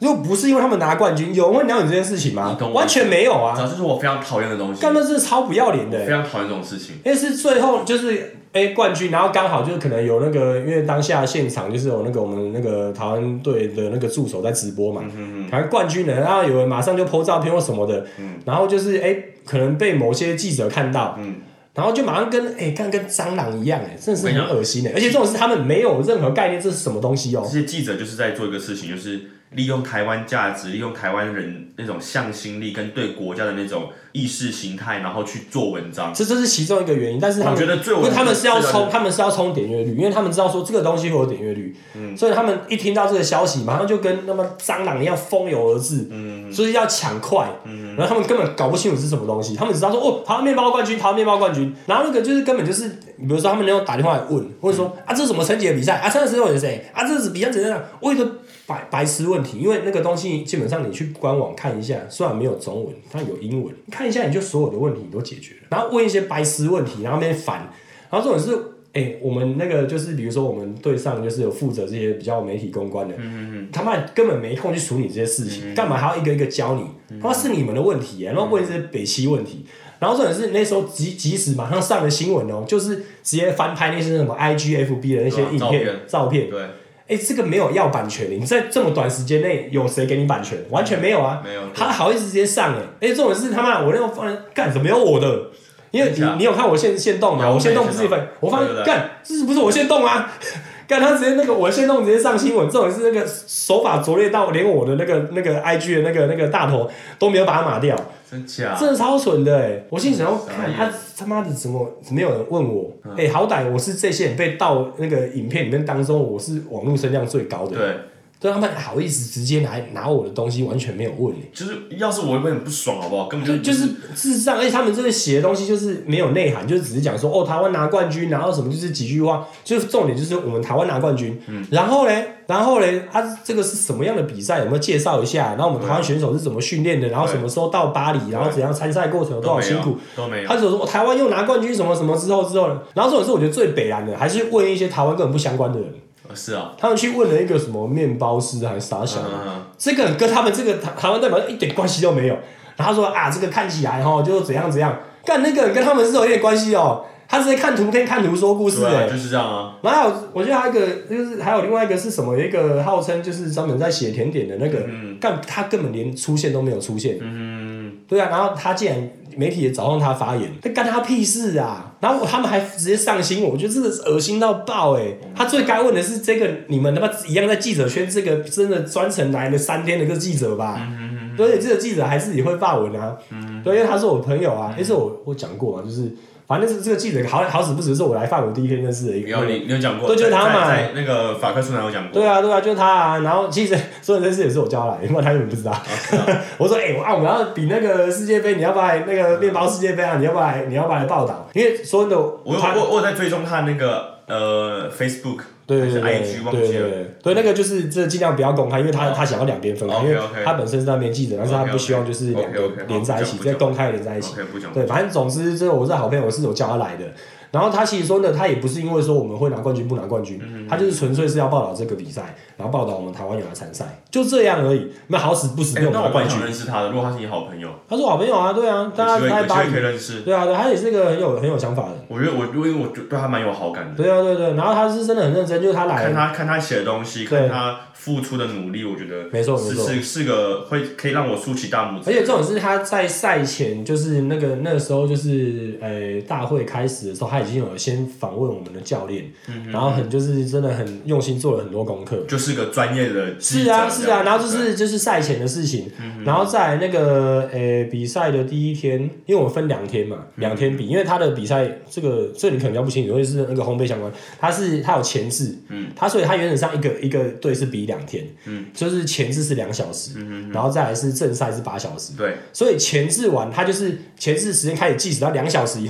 如果不是因为他们拿冠军，有人会鸟你这件事情吗？完全没有啊！ 这是我非常讨厌的东西。 干，那真的超不要脸的、欸， 我非常讨厌这种事情。 因为是最后就是哎、欸、冠军，然后刚好就是可能有那个，因为当下现场就是有那个我们那个台湾队的那个助手在直播嘛， 嗯台湾冠军的，然后有人马上就 po 照片或什么的， 嗯、 然后就是哎、欸、可能被某些记者看到。 嗯然后就马上跟哎，看、欸、跟蟑螂一样哎，真的是很恶心哎！而且这种是他们没有任何概念，这是什么东西哦？ 这些记者就是在做一个事情，就是利用台湾价值，利用台湾人那种向心力跟对国家的那种意识形态，然后去做文章。 这这是其中一个原因，但是他们我觉得最因为他们是要冲，他们是要冲点阅率，因为他们知道说这个东西会有点阅率，嗯、所以他们一听到这个消息，马上就跟那么蟑螂一样蜂拥而至，嗯、所以要抢快，嗯、然后他们根本搞不清楚是什么东西，他们只知道说哦，台湾面包冠军，台湾面包冠军，然后那个就是根本就是，比如说他们那种打电话来问，或者说、嗯、啊这是什么成绩的比赛啊，三十六有谁啊，这是比赛怎样？我有个白白痴问题，因为那个东西基本上你去官网看一下，虽然没有中文，它有英文，看一下你就所有的问题你都解决了，然后问一些白痴问题，然后那边烦，然后这种是，哎、欸，我们那个就是比如说我们队上就是有负责这些比较媒体公关的，嗯嗯他妈根本没空去处理这些事情，干、嗯、嘛还要一个一个教你？他妈是你们的问题、欸，然后问一些北七问题。然后这种是那时候即即使马上上了新闻哦，就是直接翻拍那些什么 I G F B 的那些影片、啊、照片，照片对， 哎，这个没有要版权，你在这么短时间内有谁给你版权？完全没有啊， 没有， 他好意思直接上哎，哎，这种是他妈我那个放干什么有我的？因为你你有看我现现动吗？我现动不是一份，我发现干这是不是我现动啊？干他直接那个我现动直接上新闻，这种是那个手法拙劣到连我的那个那个 I G 的那个那个大头都没有把它码掉。 真假？ 真的超蠢的哎！我心想要看他他妈的怎么没有人问我？哎、嗯欸，好歹我是这些人被盗那个影片里面当中，我是网络声量最高的。 对， 对他们好意思直接来拿我的东西，完全没有问哎。 就是要是我会很不爽，好不好？根本就、 就是、就是事实上，而且他们这个写的东西就是没有内涵，就是只是讲说哦台湾拿冠军，然后什么就是几句话，就是重点就是我们台湾拿冠军。嗯，然后嘞。然后嘞，啊，这个是什么样的比赛？有没有介绍一下？然后我们台湾选手是怎么训练的？然后什么时候到巴黎？然后怎样参赛过程有多少辛苦？ 都没有。 他只有说、哦、台湾又拿冠军什么什么之后之后，然后这种是我觉得最北蓝的，还是问一些台湾根本不相关的人。 是啊， 他们去问了一个什么面包师还是啥小的，嗯、这个跟他们这个台台湾代表一点关系都没有。然后他说啊，这个看起来哈就怎样怎样，干那个人跟他们是有一点关系哦。他直接看图片看图说故事哎、 欸啊，就是这样啊。 然后还有我觉得还有一个就是还有另外一个是什么？有一个号称就是专门在写甜点的那个，嗯、干他根本连出现都没有出现。嗯，对啊，然后他竟然媒体也找上他发言，那干他屁事啊！然后他们还直接上新闻，我觉得真的是恶心到爆哎、欸！他最该问的是这个你们他妈一样在记者圈，这个真的专程来了三天的个记者吧？嗯、对，这个记者还自己会发文啊。嗯，对，因为他是我朋友啊，那是我我讲过嘛，就是。反正这个记者好好死不死是我来法国第一天认识的一个。 有你你有讲过？ 对，就是他嘛。 在那个法克书上有讲过。 对啊对啊，就是他啊。然后其实所有这事也是我教来的，因为他根本不知道。哦啊、我说哎、欸，啊我们要比那个世界杯，你要不要来那个面包世界杯啊？你要不要来？你要不要来报道？因为所有的我我我在追踪他那个呃 Facebook。 对对对对 I G 忘记了， 对那个就是这尽量不要公开，因为他、哦、他想要两边分开， okay, okay. 因为他本身是那边记者，但是他不希望就是两个连在一起，再、okay, okay. 公开连在一起。 Okay, 对，反正总之这我是好朋友，我是有叫他来的。然后他其实说呢，他也不是因为说我们会拿冠军不拿冠军，嗯、他就是纯粹是要报道这个比赛，然后报道我们台湾有来参赛，就这样而已。那好死不死没有拿冠军。 欸、那我认识他的，如果他是你好朋友， 他是我好朋友啊，对啊，大家在巴黎可以认识， 对啊，对，他也是一个很有很有想法的。 我觉得我因为我对他蛮有好感的。 对啊，对对，然后他是真的很认真，就是他来看他看他写的东西，看他付出的努力，我觉得没错没错， 是是个会可以让我竖起大拇指。 而且这种是他在赛前，就是那个那个时候就是呃大会开始的时候，他已经有先访问我们的教练，嗯、然后很就是真的很用心做了很多功课， 就是个专业的是啊是啊，然后就是就是赛前的事情，嗯、然后在那个呃比赛的第一天，因为我分两天嘛，两天比，因为他的比赛这个这个你可能比较不清楚，因为是那个烘焙相关，他是他有前置，嗯，他所以他原则上一个一个队是比两天，嗯，就是前置是两小时，嗯，然后再来是正赛是八小时， 对， 所以前置完他就是前置时间开始计时到两小时以后。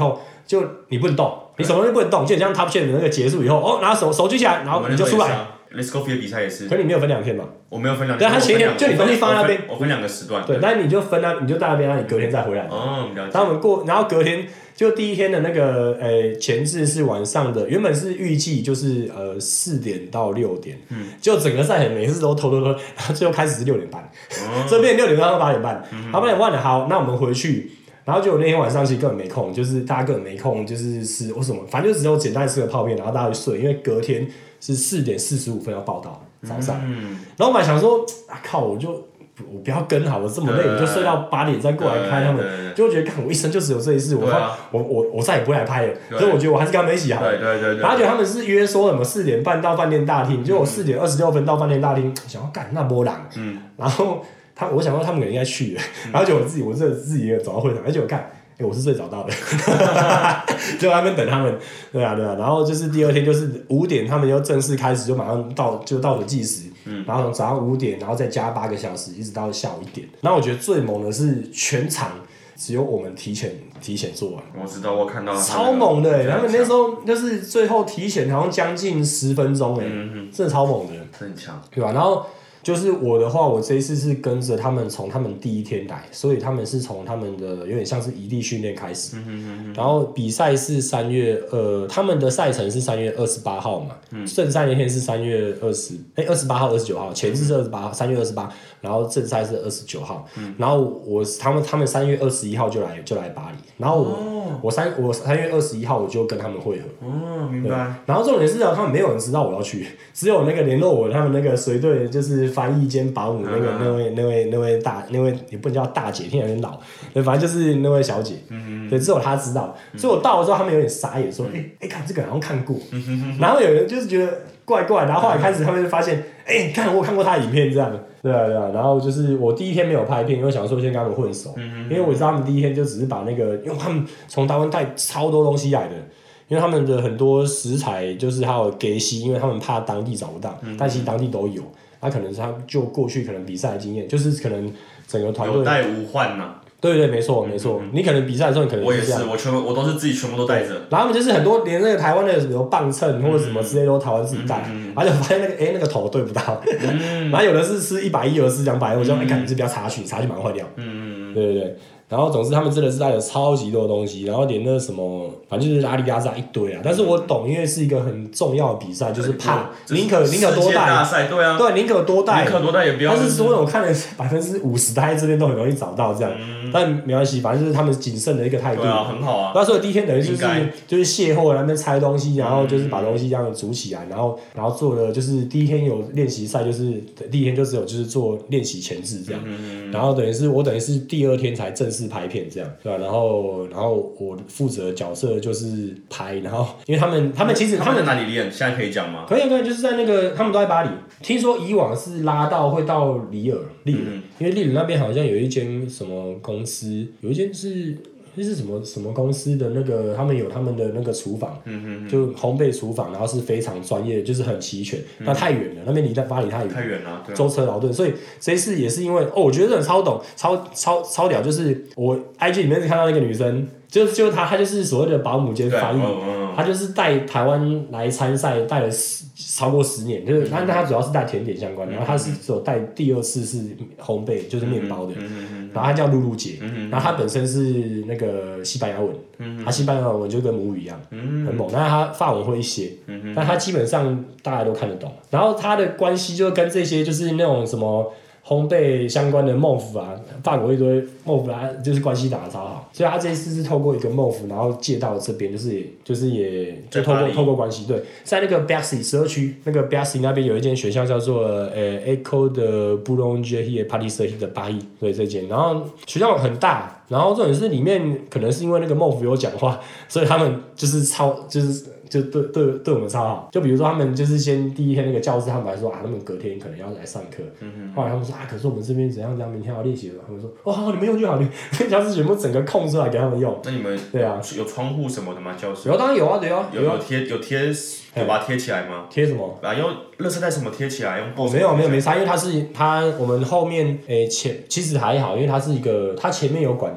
就你不能动，你什么东西不能动，就像 Top Chef 的那个结束以后，哦，拿手手举起来，然后你就出来。 Let's Go Fit 的比赛也是， 可你没有分两天嘛？ 我没有分两天， 对，他前一天就你东西放在那边， 我分两个时段。 对，但是你就分那，你就在那边，让你隔天再回来。 哦，了解。 然后我们过，然后隔天就第一天的那个呃前置是晚上的，原本是预计就是呃四点到六点，嗯，就整个赛程每次都拖拖拖，然后最后开始是六点半，哦、这边六点半到八点半，嗯、然后八点半了，好，那我们回去。然后就那天晚上其实根本没空，就是大家根本没空，就是吃或什么，反正就只有简单吃个泡面，然后大家就睡，因为隔天是四点四十五分要报到早上。嗯、然后我本来想说，啊靠，我就我不要跟好了，这么累，我就睡到八点再过来拍他们，就觉得看我一生就只有这一次，我、啊、我我我再也不会来拍了，所以我觉得我还是跟他们一起好。 对对对对。 然后觉得他们是约说什么四点半到饭店大厅，结果我四点二十六分到饭店大厅，想要干那波浪，嗯，然后。他我想说他们可能应该去了，然后就我自己我这自己也走到会场，而且我看，哎、欸，我是最早到的，就在那边等他们，对啊对啊，然后就是第二天就是五点，他们就正式开始，就马上到就到了计时，嗯，然后从早上五点，然后再加八个小时，一直到下午一点。然后我觉得最猛的是全场只有我们提前提前做完， 我知道我看到超猛的、欸，他们那时候就是最后提前好像将近十分钟、欸，哎、嗯，真的超猛的， 很强， 对吧、啊？然后。就是我的话，我这一次是跟着他们从他们第一天来，所以他们是从他们的有点像是异地训练开始，嗯、哼哼哼然后比赛是三月呃，他们的赛程是三月二十八号嘛，嗯、正赛那天是三月二十，哎，二十八号、二十九号，前置是二十八号，三月二十八，然后正赛是二十九号，嗯、然后我他们他们三月二十一号就来就来巴黎，然后我、哦、我三我三月二十一号我就跟他们会合， 哦，明白。 然后重点是啊，他们没有人知道我要去，只有那个联络我他们那个随队就是。翻译兼保姆那个、嗯、那位那位那位大那位也不能叫大姐，听起来有点老，对，反正就是那位小姐，嗯、对，只有她知道。嗯、所以我到了之后，他们有点傻眼，说：“哎、欸、哎、欸，看这个好像看过。嗯”然后有人就是觉得怪怪，然后后来开始他们就发现，哎、欸，看我有看过他的影片这样，对啊对啊。然后就是我第一天没有拍片，因为想说先跟他们混熟，嗯、因为我知道他们第一天就只是把那个，因为他们从台湾带超多东西来的。因为他们的很多食材就是还有给息，因为他们怕当地找不到，嗯、但其实当地都有。他可能是他就过去可能比赛的经验，就是可能整个团队有带无患呐、啊。 对对，没错没错。嗯、你可能比赛的时候，你可能我也是，我全部我都是自己全部都带着。 然后他们就是很多连那个台湾的什么磅秤或者什么之类都台湾自己带，嗯、而且发现那个哎、欸、那个头对不到，嗯、然后有的是吃一百一，有的是两百，我就哎看你是不要插去，插去马上坏掉。嗯嗯对对对。然后总之他们真的是带了超级多的东西，然后连那什么，反正就是阿里阿扎一堆啊。但是我懂，因为是一个很重要的比赛，就是怕宁可宁可多带， 大赛对啊， 对宁可多带， 宁可多带也不要。 但是说我看了百分之五十，大概这边都很容易找到这样，嗯、但没关系，反正就是他们谨慎的一个态度， 对啊，很好啊。 那所以第一天等于就是就是卸货，那边拆东西，然后就是把东西这样组起来，然后然后做了就是第一天有练习赛，就是第一天就只有就是做练习前置这样，嗯、然后等于是我等于是第二天才正式拍片这样。对吧、啊？然后，然后我负责的角色就是拍，然后因为他们，他们其实他们哪里练？现在可以讲吗？ 可以，可以，就是在那个他们都在巴黎。听说以往是拉到会到里尔，里尔，嗯、因为里尔那边好像有一间什么公司，有一间是。这是什么什么公司的那个？他们有他们的那个厨房，嗯嗯就烘焙厨房，然后是非常专业，就是很齐全。嗯、那太远了，那边离巴黎太远， 太远了，对、啊。 舟车劳顿，所以这一次也是因为哦，我觉得这很超懂，超超超屌，就是我 I G 里面看到那个女生，就就她，她就是所谓的保姆兼翻译，她就是带台湾来参赛，带了十超过十年，就是但她主要是带甜点相关的，然后她是只有带第二次是烘焙，就是面包的，然后她叫露露姐，然后她本身是那个西班牙文，她西班牙文就跟母语一样，很猛，但是她法文会一些，但她基本上大家都看得懂，然后她的关系就跟这些就是那种什么。烘焙相关的孟夫啊，法国一堆孟夫啊，就是关系打得超好，所以他这一次是透过一个孟夫，然后借到了这边，就是也就是也就透过透过关系，对，在那个 Bercy 十二区那个 Bercy 那边有一间学校叫做呃 École de Boulangerie et Pâtisserie de Paris，对这间，然后学校很大，然后重点是里面可能是因为那个孟夫有讲话，所以他们就是超就是。就对对对我们超好，就比如说他们就是先第一天那个教室，他们还说啊，他们隔天可能要来上课，嗯、后来他们说啊，可是我们这边怎样怎样，明天要练习了，他们说哦好，你们用就好，你们教室全部整个空出来给他们用。 那你们对啊，有窗户什么的吗？教室？ 有当然有啊，对啊， 有有贴有贴有把它贴起来吗？ 贴什么？ 啊，用垃圾袋什么贴起来？用哦没有没有没差，因为它是它我们后面诶、欸、前其实还好，因为它是一个它前面有管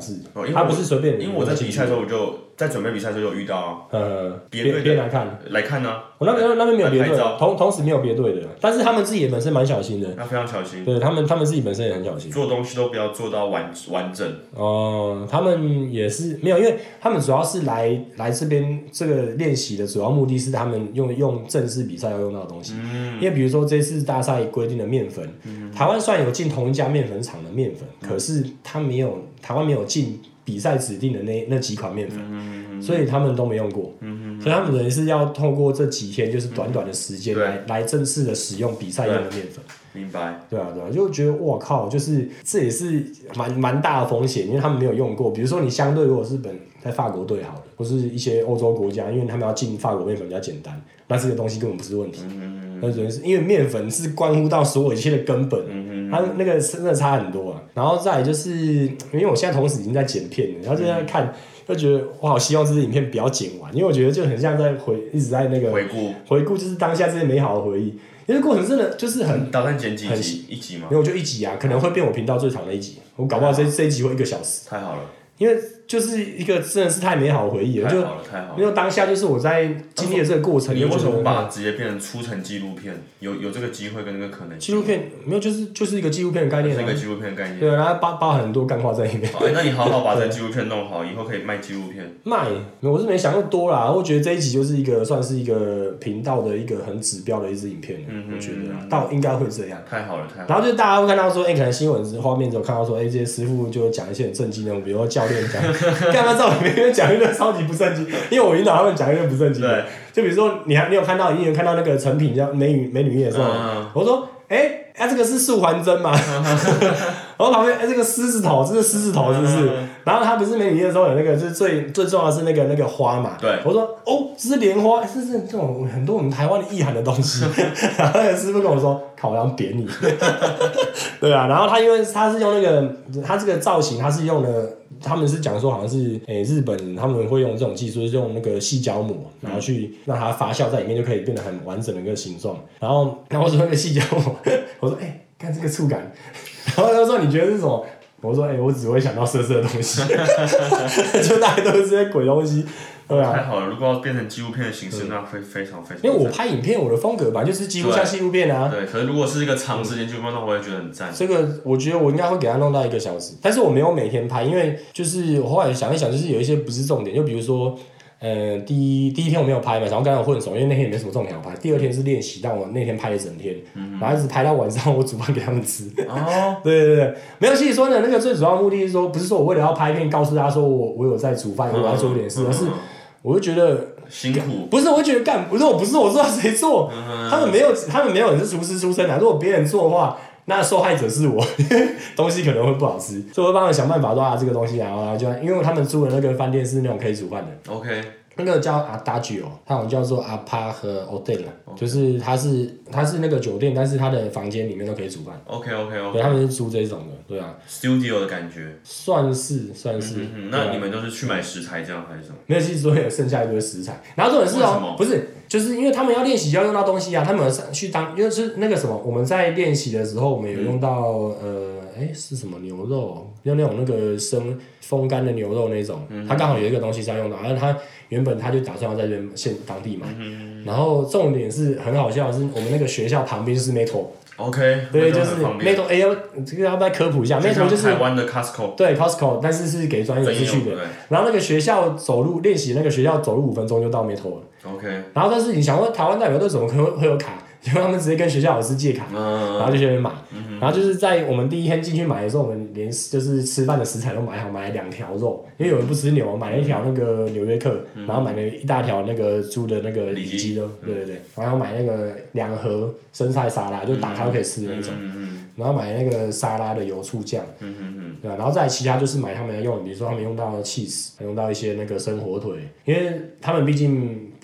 制， 哦、因为他不是随便。 因为我在比赛的时候，我就在准备比赛的时候有遇到啊， 呃， 别队边来看来看呢、啊。 我那边那边没有别队，同同时没有别队的，但是他们自己也本身蛮小心的， 那非常小心。 对他们，他们自己本身也很小心， 做东西都不要做到完完整。 哦、呃，他们也是没有，因为他们主要是来来这边这个练习的主要目的是他们用用正式比赛要用到的东西。嗯，因为比如说这次大赛规定的面粉，嗯、台湾虽然有进同一家面粉厂的面粉，嗯、可是他没有台湾没有进比赛指定的那那几款面粉。嗯所以他们都没用过，嗯、所以他们等于是要透过这几天，就是短短的时间来、嗯、来正式的使用比赛用的面粉。 明白。 对啊，对啊，就觉得哇靠，就是这也是蛮蛮大的风险，因为他们没有用过。比如说你相对如果是本在法国队好了，或是一些欧洲国家，因为他们要进法国面粉比较简单，那这个东西根本不是问题。嗯、那等于是因为面粉是关乎到所有一切的根本，嗯、它那个真的差很多啊。然后再来就是，因为我现在同时已经在剪片了，然后就在看。嗯就觉得我好希望这支影片不要剪完，因为我觉得就很像在回一直在那个回顾回顾，就是当下这些美好的回忆。因为过程真的就是很打算剪几集一集吗？ 没有，就一集啊，可能会变我频道最长的一集。我搞不好这这一集会一个小时。 太好了。 因为就是一个真的是太美好的回忆了， 太好了，太好了。 因为当下就是我在经历的这个过程， 你为什么把它直接变成出成纪录片？有有这个机会跟这个可能？ 纪录片没有，就是就是一个纪录片的概念、啊， 是一个纪录片的概念。 对啊，然后包包含很多干话在里面。 哎、欸，那你好好把这个纪录片弄好，以后可以卖纪录片。 卖，我是没想那么多啦。我觉得这一集就是一个算是一个频道的一个很指标的一支影片，嗯、我觉得啊，到应该会这样。 太好了，太好了。 然后就是大家会看到说，哎、欸，可能新闻画面之后看到说，哎、欸，这些师傅就讲一些很正经的，比如说教练讲。干嘛在我面前讲一个超级不正经？因为我引导他们讲一个不正经的。就比如说，你还你有看到，你有看到那个成品叫美女美女夜的时候，嗯、我说，哎、欸，啊这个是素还真吗？然后旁边哎、欸、这个狮子头，这是狮子头是不是？嗯、然后他不是美女夜的时候有那个，就是最最重要的是那个那个花嘛。 对。 我说哦，这是莲花，这是这种很多我们台湾的意涵的东西。然后那个师傅跟我说，靠，我要扁你。对啊，然后他因为他是用那个他这个造型，他是用的。他们是讲说，好像是诶、欸、日本他们会用这种技术，就是用那个细胶膜，然后去让它发酵在里面，就可以变得很完整的一个形状。然后，然后我说那个细胶膜，我说哎，欸、看这个触感。然后他说你觉得是什么？我说哎、欸，我只会想到色色的东西，就大概都是这些鬼东西。对啊， 太好了！如果要变成纪录片的形式，那会非常非常。 因为我拍影片，我的风格吧，就是几乎像纪录片啊。 对，可是如果是一个长时间纪录片，那我也觉得很赞。 这个我觉得我应该会给他弄到一个小时，但是我没有每天拍，因为就是我后来想一想，就是有一些不是重点，就比如说，呃，第一第一天我没有拍嘛，然后刚刚混熟，因为那天也没什么重点好拍。第二天是练习，但我那天拍了一整天，嗯、然后一直拍到晚上，我煮饭给他们吃。哦，对对对，没有。其实说呢，那个最主要的目的是说，不是说我为了要拍片告诉大家说我我有在煮饭，我要做一点事，而是。我就觉得辛苦， 不是，我就觉得干，不是我不是我知道谁做，嗯、他们没有，他们没有人是厨师出身的。如果别人做的话，那受害者是我，东西可能会不好吃，所以我会帮他们想办法做啊这个东西，然后就因为他们住的那个饭店是那种可以煮饭的。 OK。 那个叫阿达吉哦，它好像叫做阿帕和 hotel， 就是它是它是那个酒店，但是它的房间里面都可以煮饭。 OK OK OK。 对，他们是租这种的，对啊。 Studio 的感觉。算是算是。 嗯嗯、那你们都是去买食材这样还是什么？ 没有，其实说有剩下一堆食材，然后这种是哦，不是，就是因为他们要练习要用到东西啊，他们去当，因为是那个什么，我们在练习的时候，我们有用到、嗯、呃，哎是什么牛肉，用那种那个生风干的牛肉那种，它刚好有一个东西是要用到，而且它。原本他就打算要在这边现当地买，嗯、然后重点是很好笑的是，我们那个学校旁边就是 Metro。OK。对，就是 Metro。哎呦，这个要不要科普一下 ？Metro 就是台湾的 Costco。 对 Costco， 但是是给专业人士去的。然后那个学校走路练习，那个学校走路五分钟就到 Metro 了。 OK。 然后但是你想问台湾代表队怎么可能会有卡？因为他们直接跟学校老师借卡，嗯、然后就去那边买。嗯、然后就是在我们第一天进去买的时候，我们连就是吃饭的食材都买好，买了两条肉，因为有人不吃牛，买了一条那个纽约客，嗯、然后买了一大条那个猪的那个里脊的，对对对，然后买那个两盒生菜沙拉，就打开就可以吃的那种。嗯嗯、然后买那个沙拉的油醋酱，嗯嗯嗯、对吧？然后再其他就是买他们要用的，比如说他们用到 cheese， 用到一些那个生火腿，因为他们毕竟。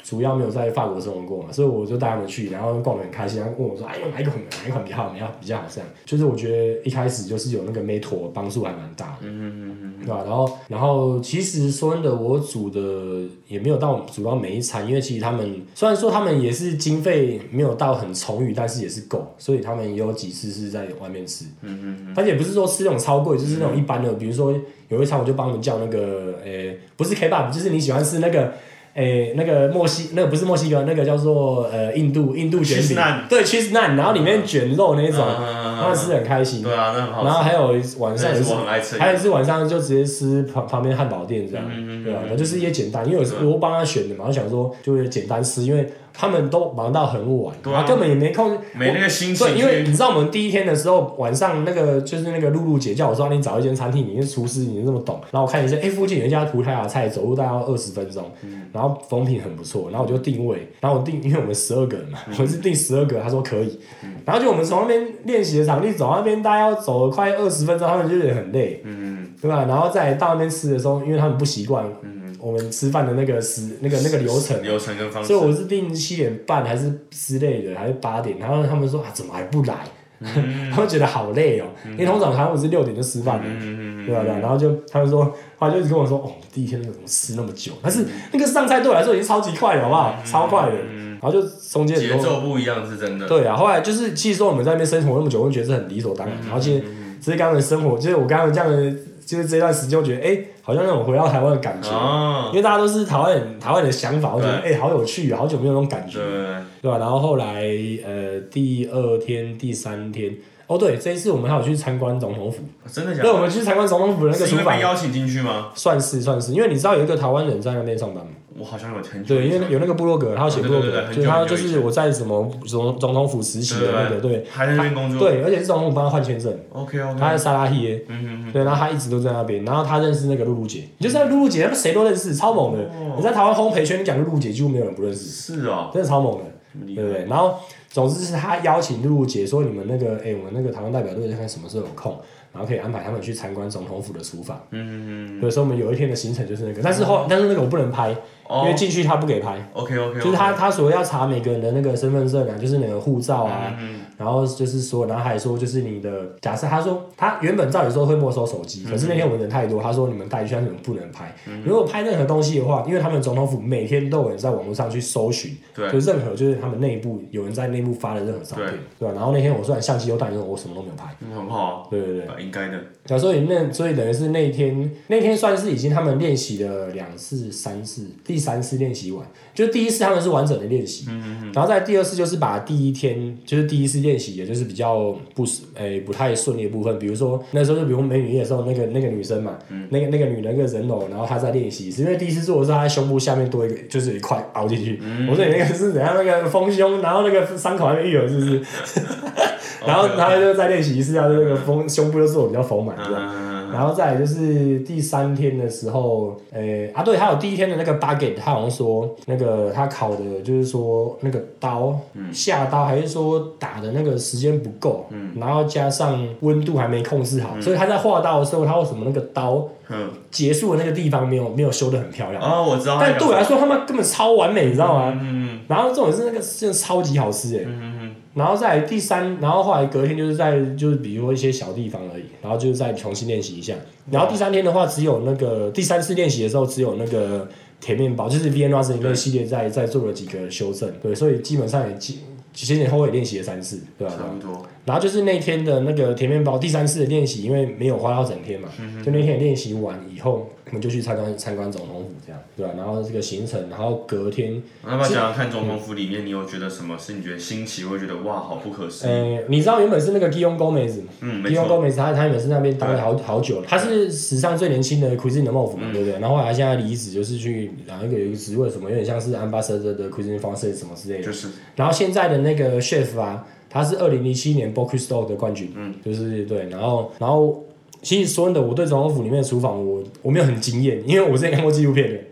主要没有在法国生活过嘛，所以我就带他们去，然后逛得很开心，然后问我说：“哎，哪一款哪一款比较好，比较比较好？”这样，就是我觉得一开始就是有那个 Mentor 帮助还蛮大的，嗯嗯嗯，对吧？然后然后其实说真的，我煮的也没有到煮到每一餐，因为其实他们虽然说他们也是经费没有到很充裕，但是也是够，所以他们也有几次是在外面吃，嗯嗯嗯，但也不是说吃那种超贵，就是那种一般的，比如说有一餐我就帮他们叫那个，诶，不是 Kebab， 就是你喜欢吃那个。诶，那个墨西，那个不是墨西哥，那个叫做呃印度印度卷饼，对 cheese naan， 然后里面卷肉那种，他们吃得很开心。 对啊，那很好吃。 然后还有晚上也是， 我很爱吃。 还有一次晚上就直接吃旁旁边汉堡店这样，对啊，就是一些简单，因为我我帮他选的嘛，我想说就简单吃，因为他们都忙到很晚， 对啊， 根本也没空， 没那个心情。 对，因为你知道我们第一天的时候，晚上那个就是那个露露姐叫我说你找一间餐厅，你是厨师，你这么懂，然后我看一下，哎，附近有一家葡萄牙菜，走路大概要二十分钟，然后风评很不错，然后我就定位，然后我定，因为我们十二个人嘛，我是定十二个，他说可以，然后就我们从那边练习的场地走到那边，大概要走快二十分钟，他们就觉得很累，嗯，对吧？然后再到那边吃的时候，因为他们不习惯，嗯。我们吃饭的那个时那个那个流程， 流程跟方式， 所以我是定七点半还是之类的，还是八点，然后他们说啊，怎么还不来？嗯、他们觉得好累哦、喔，嗯、因为通常他们是六点就吃饭了，嗯、对吧、啊？对，然后就他们说，后来就一直跟我说，哦，第一天那个怎么吃那么久？但是那个上菜对我来说已经超级快了，好不好？嗯、超快的。然后就中间节奏不一样是真的。 对啊，后来就是其实说我们在那边生活那么久，我就觉得是很理所当然。嗯、然后其实其实刚刚的生活，就是我刚刚这样的。就是这段时间，我觉得哎、欸，好像那种回到台湾的感觉，哦、因为大家都是台湾人，台湾人的想法，我觉得哎、欸，好有趣，好久没有那种感觉，对，对吧？然后后来呃，第二天、第三天，哦对，这一次我们还有去参观总统府， 真的假的？ 对，我们去参观总统府的那个厨房， 是因为被邀请进去吗？ 算是算是，因为你知道有一个台湾人在那边上班吗？ 我好像有很久。 对，因为有那个部落格，他有写部落格， 对对对就是他就是我在什么总总统府实习的那个，对， 还在那边工作， 对，而且是总统府帮他换签证 ，OK OK， 他在沙拉希耶，嗯嗯嗯，对，然后他一直都在那边，然后他认识那个露露姐，你就知道露露姐，他们谁都认识，超猛的。哦、你在台湾烘焙圈，你讲露露姐，几乎没有人不认识。 是哦， 真的超猛的，对不对？然后总之是他邀请露露姐说，你们那个，哎、欸，我们那个台湾代表队看什么时候有空。然后可以安排他们去参观总统府的厨房。嗯嗯嗯。所以我们有一天的行程就是那个，但是后、哦、但是那个我不能拍，哦、因为进去他不给拍。 OK OK。 就是他他所要查每个人的那个身份证啊，就是那个护照啊，嗯嗯然后就是说，然后还说就是你的假设，他说他原本照理说会没收手机，可是那天我们人太多，他说你们带去，但是你们不能拍。嗯、如果拍任何东西的话，因为他们总统府每天都有人在网络上去搜寻，对，就任何就是他们内部有人在内部发的任何照片，对，对吧？然后那天我虽然相机都带，因为我什么都没有拍， 嗯，很好， 对对对， 应该的。 所以那所以等于是那一天那天算是已经他们练习了两次三次，第三次练习完，就第一次他们是完整的练习，嗯嗯嗯然后在第二次就是把第一天就是第一次练习，也就是比较不诶、欸、不太顺利的部分，比如说那时候就比如美女夜的时候，那个那个女生嘛，嗯、那个那个女人那个人偶，然后她在练习，是因为第一次做的时候，她胸部下面多一个就是有一块凹进去，嗯、我说你那个是怎样那个丰胸，然后那个伤口还没愈合，是不是？然后他就再练习一次，要那个丰胸部就做的比较丰满这样。然后再来就是第三天的时候，诶、欸、啊对，还有第一天的那个 baguette， 他好像说那个他烤的，就是说那个刀、嗯、下刀还是说打的那个时间不够，嗯、然后加上温度还没控制好，嗯、所以他在画刀的时候，他为什么那个刀结束的那个地方没有没有修得很漂亮？ 哦，我知道。 但对我来说，他们根本超完美，你知道吗？嗯、然后这种是那个真的超级好吃哎、欸。嗯然后再来第三，然后后来隔天就是在就是比如说一些小地方而已，然后就是再重新练习一下。然后第三天的话，只有那个第三次练习的时候，只有那个甜面包，就是 V N Rush 那个系列在在做了几个修正，对，所以基本上也前前后后也练习了三次，对吧？ 差不多。 然后就是那天的那个甜面包第三次的练习，因为没有花到整天嘛，嗯、就那天练习完以后，我们就去参观参观总统府这样，对吧？然后这个行程，然后隔天， 要不要讲讲看总统府里面你有觉得什么是你觉得新奇，会觉得哇好不可思议？ 呃，你知道原本是那个 Guillaume Gomez 嘛？ 嗯，没错 Guillaume Gomez 他他原本是那边当了好好久了，他是史上最年轻的 Cuisine 的 Mof 嘛，嗯、对不对？然后后来他现在离职，就是去然后一个有一个职位什么，有点像是 Ambassador 的 Cuisine Française 什么之类的， 就是。 然后现在的那个 Chef 啊。他是二零零七年 Bocuse d'Or 的冠军，嗯，就是对，然后然后其实说真的，我对总统府里面的厨房我我没有很惊艳，因为我之前看过纪录片的，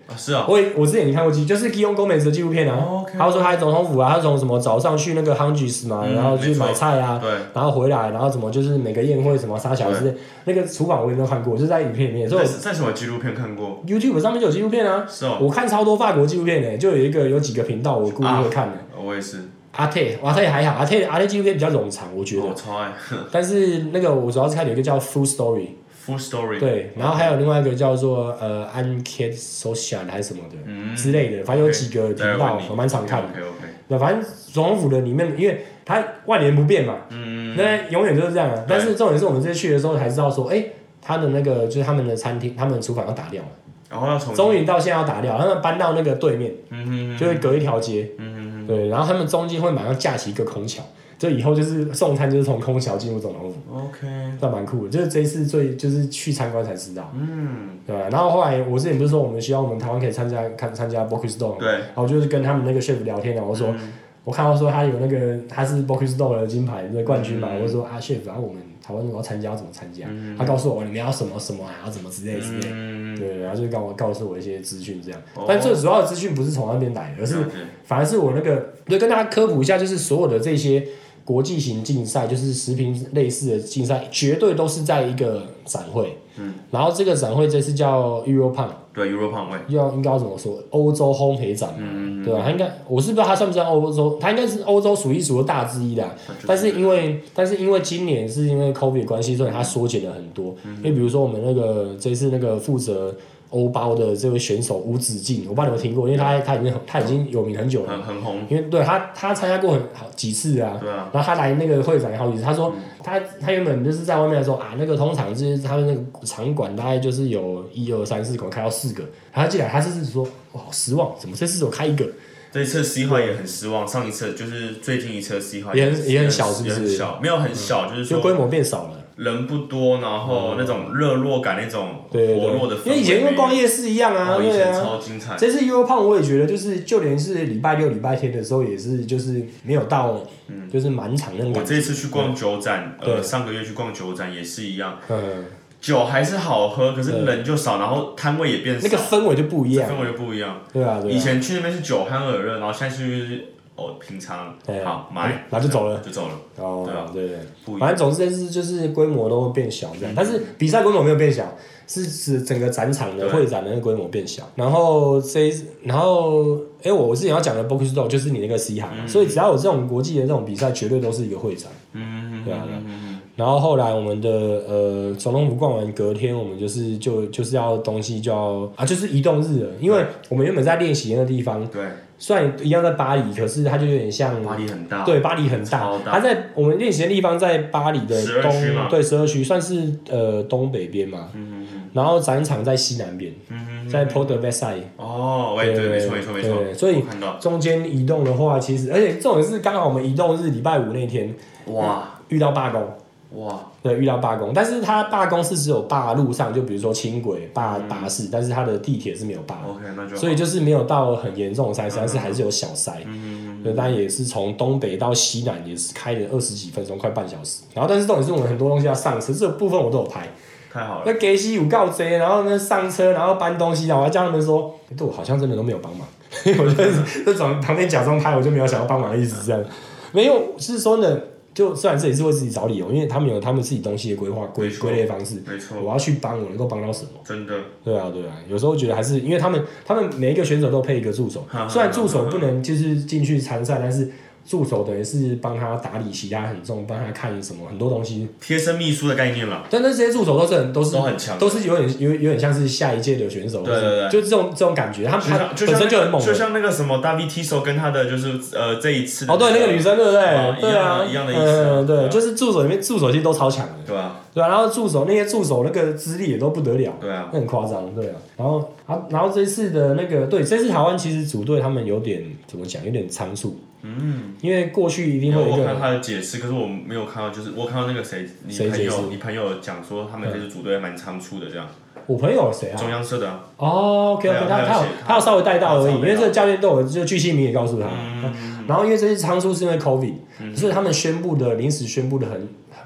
啊是啊， 我我之前已经看过纪，就是 Guillaume Gomez 的纪录片啊。 哦 okay、 他说他在总统府啊，他从什么早上去那个 Hungries 嘛，嗯、然后去买菜啊， 对， 然后回来，然后怎么就是每个宴会什么三小时，那个厨房我也没有看过，就是在影片里面。 在在什么纪录片看过 ？YouTube 上面就有纪录片啊。 是哦。 我看超多法国纪录片呢，就有一个有几个频道我故意会看的。 啊、我也是。 阿泰，阿泰还好，阿泰阿泰纪录片比较冗长，我觉得。 我、哦、超爱。 但是那个我主要是看有一个叫 Full Story。Full Story。对， 然后还有另外一个叫做呃 Enquête Sociale 还是什么的、嗯、之类的，反正有几个频道我蛮常看的。 OK OK。 对，反正总统府的里面，因为它万年不变嘛，嗯那永远就是这样啊。但是重点是我们这次去的时候才知道说，哎、欸，他的那个就是他们的餐厅，他们的厨房要打掉了。 然后要重。 终于到现在要打掉，他们搬到那个对面，嗯哼就会隔一条街，嗯哼对，然后他们中间会马上架起一个空桥。就以后就是送餐，就是从空桥进入总统府 ，OK， 那蛮酷的。就是这一次最就是去参观才知道，嗯，对吧？然后后来我之前不是说我们希望我们台湾可以参加看参加 Bocuse d'Or， 对，然后就是跟他们那个 chef 聊天啊，我说、嗯、我看到说他有那个他是 Bocuse d'Or 的金牌的冠军嘛，嗯、我就说啊 chef， 然后我们台湾如果要参加要怎么参加？嗯、他告诉我你们要什么什么啊，要怎么之类之类，嗯、对，然后就告我告诉我一些资讯这样。哦、但最主要的资讯不是从那边来的，而是反而是我那个对跟大家科普一下，就是所有的这些。国际型竞赛就是食品类似的竞赛，绝对都是在一个展会。嗯，然后这个展会这次叫 Europan， 对 Europan 会， 要应该要怎么说？欧洲烘焙展嘛，嗯、对吧？他应该我是不知道他算不算欧洲，他应该是欧洲数一数二大之一的、啊。但是因为但是因为今年是因为 COVID 的关系，所以他缩减了很多。嗯、因为比如说我们那个这次那个负责。欧包的这位选手吴子敬，我不知道你有没有听过，因为他他已经他已经有名很久了， 很很红。 因为对他他参加过很好几次啊， 对啊。 然后他来那个会展好几次，他说、嗯、他他原本就是在外面的时候啊，那个通常就是他们那个场馆大概就是有一二三四可能开到四个，然后他进来他就是说哇好失望，怎么这次只有开一个？ 这一次 C 化也很失望，上一次就是最近一次的 C 化也很也很小，是不是？ 也很小，没有很小，嗯、就是说就规模变少了。 人不多，然后那种热络感，那种活络的氛围。 因为以前跟逛夜市一样啊， 哦、以前啊超精彩。 这次 Europan 我也觉得，就是就连是礼拜六、礼拜天的时候，也是就是没有到，嗯、就是满场那种感觉。 我这次去逛酒展，呃，上个月去逛酒展也是一样。嗯。酒还是好喝，可是人就少，然后摊位也变少， 那个氛围就不一样， 氛围就不一样。 对啊，对啊。 以前去那边是酒酣耳热，然后现在去。哦，平常好买， 然后就走了， 就走了。 哦， 对啊， 对对，反正总之这次就是规模都会变小这样，但是比赛规模没有变小，是指整个展场的会展的那个规模变小。然后这，然后哎，我之前要讲的 Bocuse d'Or 就是你那个 C 行，所以只要有这种国际的这种比赛，绝对都是一个会展。嗯，对啊，对啊。然后后来我们的呃总统府逛完，隔天我们就是就就是要东西就要啊，就是移动日了，因为我们原本在练习那个地方。 对。 虽然一样在巴黎，可是它就有点像巴黎很大， 对，巴黎很大。它在我们练习的地方在巴黎的东，对，十二区算是呃东北边嘛。嗯嗯然后展场在西南边，嗯在 Porte de Versailles。 哦，对对，没错没错没错。 对，所以中间移动的话，其实而且重点是刚好我们移动日礼拜五那天， 哇， 遇到罢工。 哇， 对，遇到罢工，但是他罢工是只有罢路上，就比如说轻轨、罢巴士，但是他的地铁是没有罢。 OK， 那就所以就是没有到很严重的塞车，但是还是有小塞。嗯对，当然也是从东北到西南也是开了二十几分钟，快半小时。然后，但是重点是我们很多东西要上车，这个部分我都有拍。 太好了。 那给西有告贼，然后呢上车，然后搬东西，然后我还叫他们说，对我好像真的都没有帮忙。我就这种旁边假装拍，我就没有想要帮忙的意思，这样。没有，是说呢。就虽然这也是为自己找理由，因为他们有他们自己东西的规划归归类方式， 没错， 我要去帮，我能够帮到什么？ 真的， 对啊对啊，有时候觉得还是因为他们他们每一个选手都配一个助手，虽然助手不能就是进去参赛，但是助手等于是帮他打理其他很重，帮他看什么很多东西， 贴身秘书的概念了。 但那这些助手都是很都是都很强， 都是有点有有点像是下一届的选手， 对对对， 就这种这种感觉，他们他本身就很猛， 就像那个什么 David Tissot 跟他的就是呃这一次哦对那个女生对不对？对啊， 一样的意思， 嗯对，就是助手里面助手其实都超强的， 对啊。 对啊，然后助手那些助手那个资历也都不得了， 对啊， 那很夸张，对啊。然后，然后这次的那个，对，这次台湾其实组队他们有点怎么讲，有点仓促，嗯，因为过去一定会有一个。 我看他的解释，可是我没有看到，就是我看到那个谁，你朋友，你朋友讲说他们这次组队蛮仓促的这样。 我朋友谁啊？ 中央社的啊。 哦 ，OK OK，他他有他有稍微带到而已，因为这个教练都有就具体名也告诉他。然后因为这次仓促是因为 COVID，所以他们宣布的临时宣布的很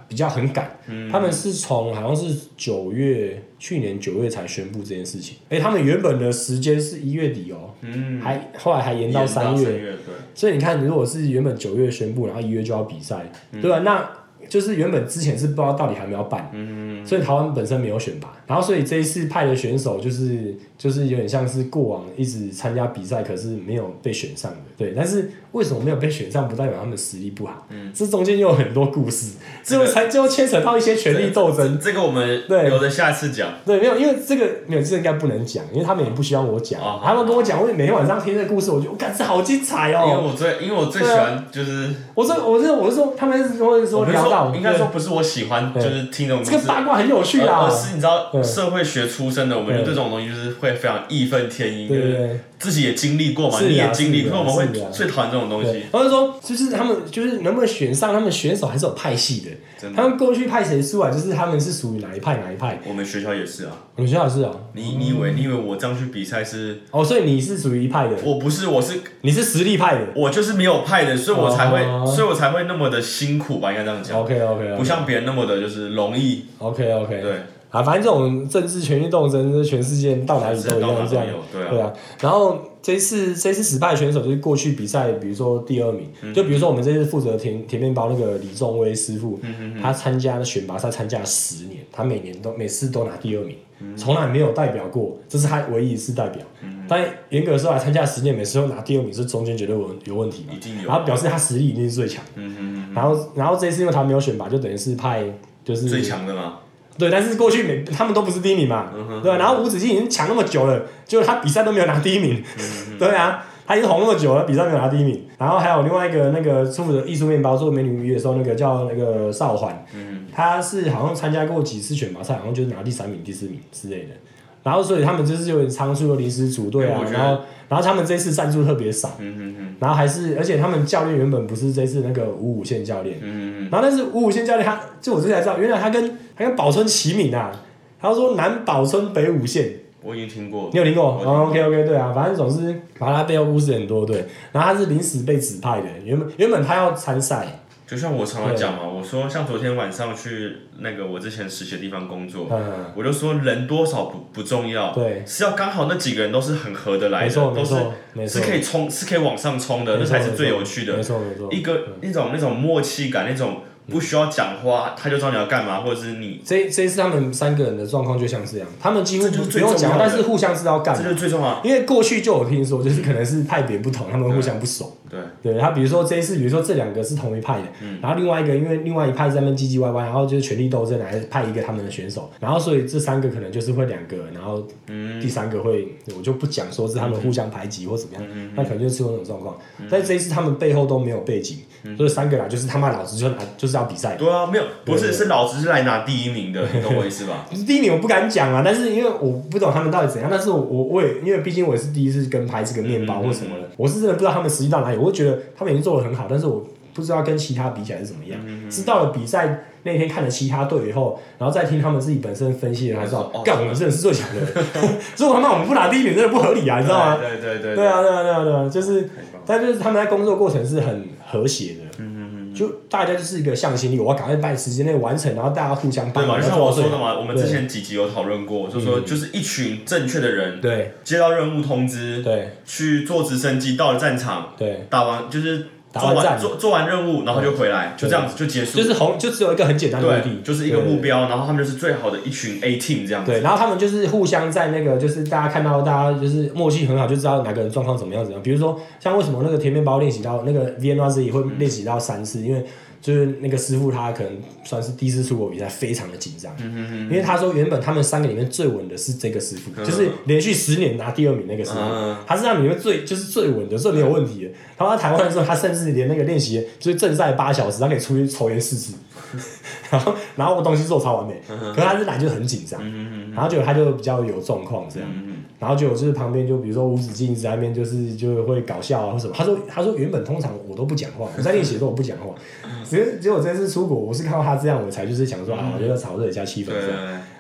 比较很赶，嗯、他们是从好像是九月去年九月才宣布这件事情，哎、欸，他们原本的时间是一月底哦、喔，嗯，还后来还延到三月， 月所以你看，如果是原本九月宣布，然后一月就要比赛，嗯、对吧、啊？那就是原本之前是不知道到底还没有办，嗯、所以台湾本身没有选拔，然后所以这一次派的选手就是就是有点像是过往一直参加比赛，可是没有被选上的，对。但是为什么没有被选上，不代表他们实力不好，嗯，这中间又有很多故事，最后才最后牵扯到一些权力斗争。 这个我们留着下次讲。 对，没有，因为这个没有，这个应该不能讲，因为他们也不希望我讲。哦、他们跟我讲，我每天晚上听这个故事，我觉得我感这好精彩哦。 因为我最因为我最喜欢就是， 我说我是我是说，他们是说说聊到， 应该说不是我喜欢，就是听这种这个八卦很有趣啊。 而是你知道社会学出身的，我们对这种东西就是会非常义愤填膺，对自己也经历过嘛，你也经历，所以我们会最讨厌这种东西。 或者说，就是他们就是能不能选上，他们选手还是有派系的。他们过去派谁出来，就是他们是属于哪一派哪一派。 我们学校也是啊， 我们学校也是啊。 你你以为你以为我这样去比赛是？ 哦，所以你是属于一派的。 我不是，我是你是实力派的。 我就是没有派的，所以我才会，所以我才会那么的辛苦吧，应该这样讲。 OK OK， 不像别人那么的就是容易。 OK OK， 对。 啊，反正这种政治权力斗争，全世界到哪里都一样这样。 对啊。 对啊。然后这一次这一次实派选手就是过去比赛，比如说第二名，嗯、就比如说我们这次负责填填面包那个李仲威师傅，嗯嗯嗯他参加的选拔赛参加了十年，他每年都每次都拿第二名，从、嗯、来没有代表过，这是他唯一一次代表。嗯、但严格说来，参加十年每次都拿第二名，是中间绝对有有问题， 一定有。 然后表示他实力一定是最强。嗯嗯嗯然后然后这一次因为他没有选拔，就等于是派就是最强的嘛。 对，但是过去每他们都不是第一名嘛，嗯、对吧、啊？然后吴子敬已经抢那么久了，结果他比赛都没有拿第一名，嗯、对啊，他已经红那么久了，比赛没有拿第一名。然后还有另外一个那个出的艺术面包做美女鱼的时候，那个叫那个邵环，嗯、他是好像参加过几次选拔赛，好像就是拿第三名、第四名之类的。然后所以他们就是有点仓促的临时组队啊，然后然后他们这次赞助特别少，嗯嗯嗯，然后还是而且他们教练原本不是这次那个五五线教练，嗯嗯，然后但是五五线教练他就我之前才知道，原来他跟他跟宝春齐名啊，他说南宝春北五线， 我已经听过， 你有听过？哦 ，OK OK， 对啊，反正总是把他背后故事很多，对，然后他是临时被指派的，原本原本他要参赛。 就像我常常讲嘛，我说像昨天晚上去那个我之前实习的地方工作，嗯、我就说人多少不不重要， 对， 是要刚好那几个人都是很合得来的，都是是可以冲，是可以往上冲的，那才是最有趣的。 没错没错， 一个、嗯、那种那种默契感，那种不需要讲话，他就知道你要干嘛，或者是你这这一次他们三个人的状况就像这样，他们几乎不用讲，但是互相知道干嘛， 这就是最重要。 因为过去就有听说，就是可能是派别不同，他们互相不熟。 对， 对他比如说这一次，比如说这两个是同一派的，嗯、然后另外一个因为另外一派在那边唧唧歪歪，然后就是权力斗争来派一个他们的选手，然后所以这三个可能就是会两个，然后第三个会，我就不讲说是他们互相排挤或怎么样，嗯、那可能就是出那种状况。嗯、但是这一次他们背后都没有背景，嗯、所以三个来就是他妈老子就拿就是要比赛。 对啊，没有不是是老子是来拿第一名的，你懂我意思吧？ 第一名我不敢讲啊，但是因为我不懂他们到底怎样，但是我我也因为毕竟我也是第一次跟拍这个面包或什么的，嗯、我是真的不知道他们实际到哪里。我会觉得他们已经做得很好，但是我不知道跟其他比起来是怎么样。嗯、是到了比赛那天看了其他队以后，然后再听他们自己本身分析，才知道，干、哦、我们真的是最强的。如果他妈我们不拿第一名，真的不合理啊，你知道吗？ 对对对对。 对啊对啊对啊对啊，就是，但就是他们在工作过程是很和谐的。嗯就大家就是一个向心力，我要赶快在时间内完成，然后大家互相帮忙。 对嘛，就像我说的嘛，我们之前几集有讨论过，就说就是一群正确的人， 对， 接到任务通知， 对， 去坐直升机到了战场， 对， 打完就是做完做做完任务，然后就回来，就这样子就结束。 就是红，就只有一个很简单的目的， 就是一个目标，然后他们就是最好的一群 A team 这样子。 对，然后他们就是互相在那个，就是大家看到大家就是默契很好，就知道哪个人状况怎么样怎么样。比如说像为什么那个甜面包练习到那个 V N R Z 会练习到三次，因为就是那个师傅他可能算是第一次出国比赛，非常的紧张，嗯嗯嗯因为他说原本他们三个里面最稳的是这个师傅，嗯、就是连续十年拿第二名那个师傅，嗯、他是他们里面最就是最稳的，最没有问题的。然后他台湾的时候，他甚至连那个练习就是正赛八小时，他可以出去抽烟四次，然后然后东西做超完美，嗯、可是他是来就很紧张，嗯、然后结果他就比较有状况这样。嗯然后就就是旁边就比如说吴子敬在那边就是就会搞笑啊或什么，他说他说原本通常我都不讲话，我在练习的时候我不讲话，结结果这次出国我是看到他这样，我才就是想说啊，我就要炒热一下气氛这样。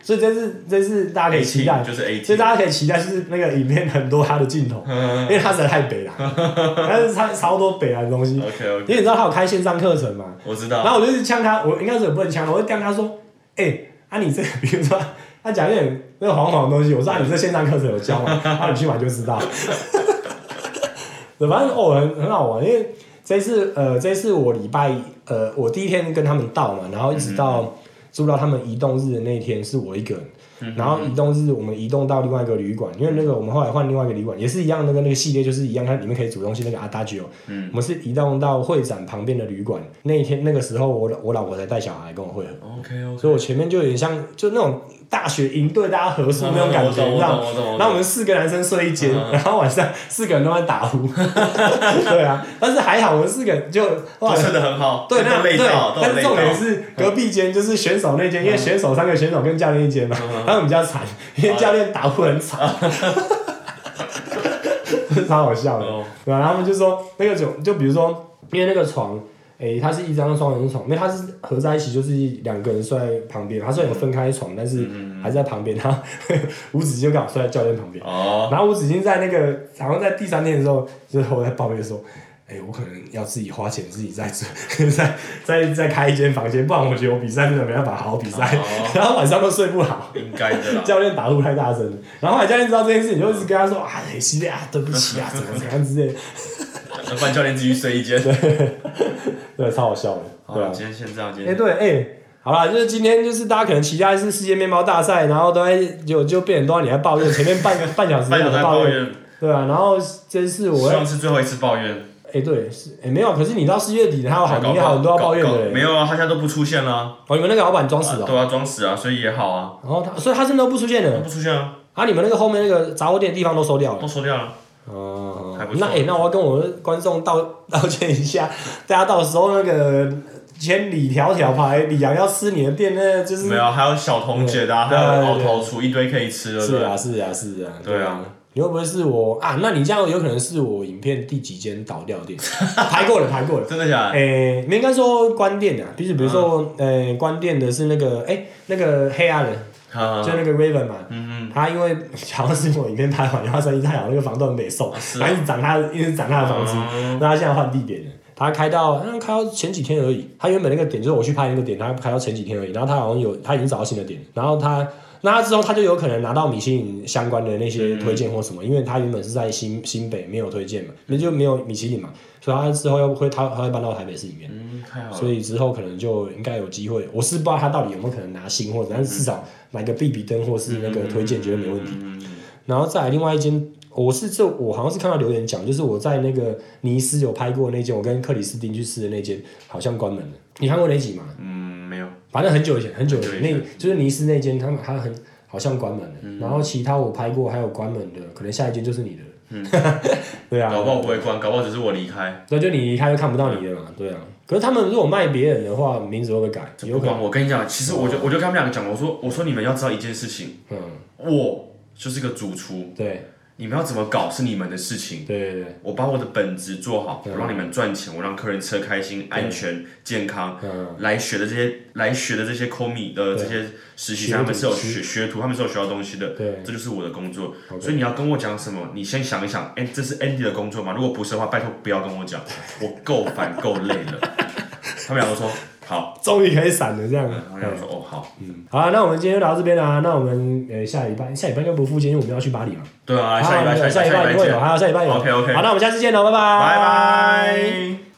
所以这次这次大家可以期待， 就是 A， 所以大家可以期待就是那个影片很多他的镜头，因为他实在太北了，但是他超多北来的东西。 OK OK。 因为你知道他有开线上课程嘛？ 我知道。 然后我就是呛他，我应该是也不能呛他，我就呛他说，哎、欸，啊你这个，比如说他讲一点那个黄黄的东西，我说啊你这线上课程有教吗？啊你去买就知道。反正哦很很好玩，因为这次呃这次我礼拜呃我第一天跟他们到嘛，然后一直到住到他们移动日的那一天是我一个人。然后移动日我们移动到另外一个旅馆，因为那个我们后来换另外一个旅馆，也是一样，那个那个系列就是一样，它里面可以煮东西那个 Adagio，嗯，我们是移动到会展旁边的旅馆。那一天那个时候我我老婆才带小孩跟我会合 ，OK OK， 所以我前面就有点像就那种大学营队大家合宿那种感觉，你知道吗？然后我们四个男生睡一间，然后晚上四个人都在打呼，对啊，但是还好我们四个人就就睡得很好， 对，那对， 但是重点是隔壁间就是选手那间，因为选手三个选手跟教练一间嘛，他们比较惨。因为教练打呼很吵，超好笑的，对吧？然后他们就说那个就就比如说，因为那个床，诶、欸，它是一张双人床，因为它是合在一起，就是两个人睡在旁边。它虽然有分开床，但是还是在旁边。然后吴子金就刚好睡在教练旁边。哦。然后吴子金在那个好像在第三天的时候，就是我在抱怨说。哎、欸，我可能要自己花钱，自己再再再再开一间房间，不然我觉得我比赛真的没办法好好比赛，哦、然后晚上都睡不好。 应该的啦。 教练打呼太大声了，然后后来教练知道这件事情，就一直跟他说：“啊，很系列啊，对不起啊，怎么怎么样之类的。” 那不然教练自己睡一间。 对，对，超好笑的。对啊， 今天先这样，今天。哎、欸，对，哎、欸，好啦，就是今天就是大家可能期待是世界面包大赛，然后都在就就变成都在你在抱怨，前面半半小时在抱怨，对啊，然后这次我希望是最后一次抱怨。 哎、欸，对，是哎、欸、没有，可是你到四月底，他有好，你好很多要抱怨的。 没有啊，他现在都不出现了。 哦，你们那个老板装死哦、 啊。对啊，装死啊，所以也好啊。 然后他，所以他真的都不出现了。 不出现啊。 啊，你们那个后面那个杂货店的地方都收掉了。 都收掉了。 哦、 还不错。 那哎、欸，那我要跟我的观众道道歉一下，大家到时候那个千里迢迢跑来里昂要吃你的店，那就是。 没有，还有小彤姐的、啊，还有熬头厨，一堆可以吃的。 是啊，是啊，是啊。 对啊。 你会不会是我啊？那你这样有可能是我影片第几间倒掉店？排过了，排过了。 真的假的？ 诶、欸，应该说关店的，比如比如说，呃、嗯欸，关店的是那个，哎、欸，那个黑暗人，嗯、就那个 Raven 嘛，嗯嗯，他因为好像是我影片拍完，他生意太好，那个房都很美售，他、啊、一直涨他，一直涨他的房租，嗯、那他现在换地点了。他开到，嗯，开到前几天而已。他原本那个点就是我去拍那个点，他开到前几天而已。然后他好像有，他已经找到新的点，然后他。那他之后他就有可能拿到米其林相关的那些推荐或什么，嗯、因为他原本是在新新北没有推荐嘛，那就没有米其林嘛，所以他之后要会他他会搬到台北市里面， 嗯，太好了， 所以之后可能就应该有机会。我是不知道他到底有没有可能拿新或者，但是至少买个必比登或是那个推荐绝对没问题。嗯嗯嗯、然后再来另外一间，我是这我好像是看到留言讲，就是我在那个尼斯有拍过那间，我跟克里斯汀去吃的那间，好像关门了。你看过那集吗？ 嗯，没有。 反正很久以前，很久以前，那就是尼斯那间，他们他很。好像关门了，嗯、然后其他我拍过还有关门的，可能下一间就是你的。嗯，对啊。 搞不好不会关，搞不好只是我离开。 对，就你离开就看不到你的嘛，对啊。可是他们如果卖别人的话，名字会不会改？有可能。 我跟你讲，其实我就、哦、我就跟他们两个讲，我说我说你们要知道一件事情，嗯，我就是个主厨， 对。 你们要怎么搞是你们的事情， 对对对， 我把我的本职做好，我让你们赚钱，我让客人吃得开心、安全、健康。嗯、来学的这些来学的这些 Komi 的这些实习生，他们是有学学徒，他们是有学到东西的。对，这就是我的工作。所以你要跟我讲什么，你先想一想，哎、欸，这是 Andy 的工作吗？如果不是的话，拜托不要跟我讲，我够烦够累了。他们两个说。好， 终于可以闪了这样。 我想说，哦，好， 嗯，好啊，那我们今天就聊到这边啦。那我们呃下礼拜下礼拜应该不复健，因为我们要去巴黎嘛。 对啊，下礼拜下礼拜会有，还有下礼拜有。 OK OK。 好，那我们下次见喽，拜拜。 拜拜。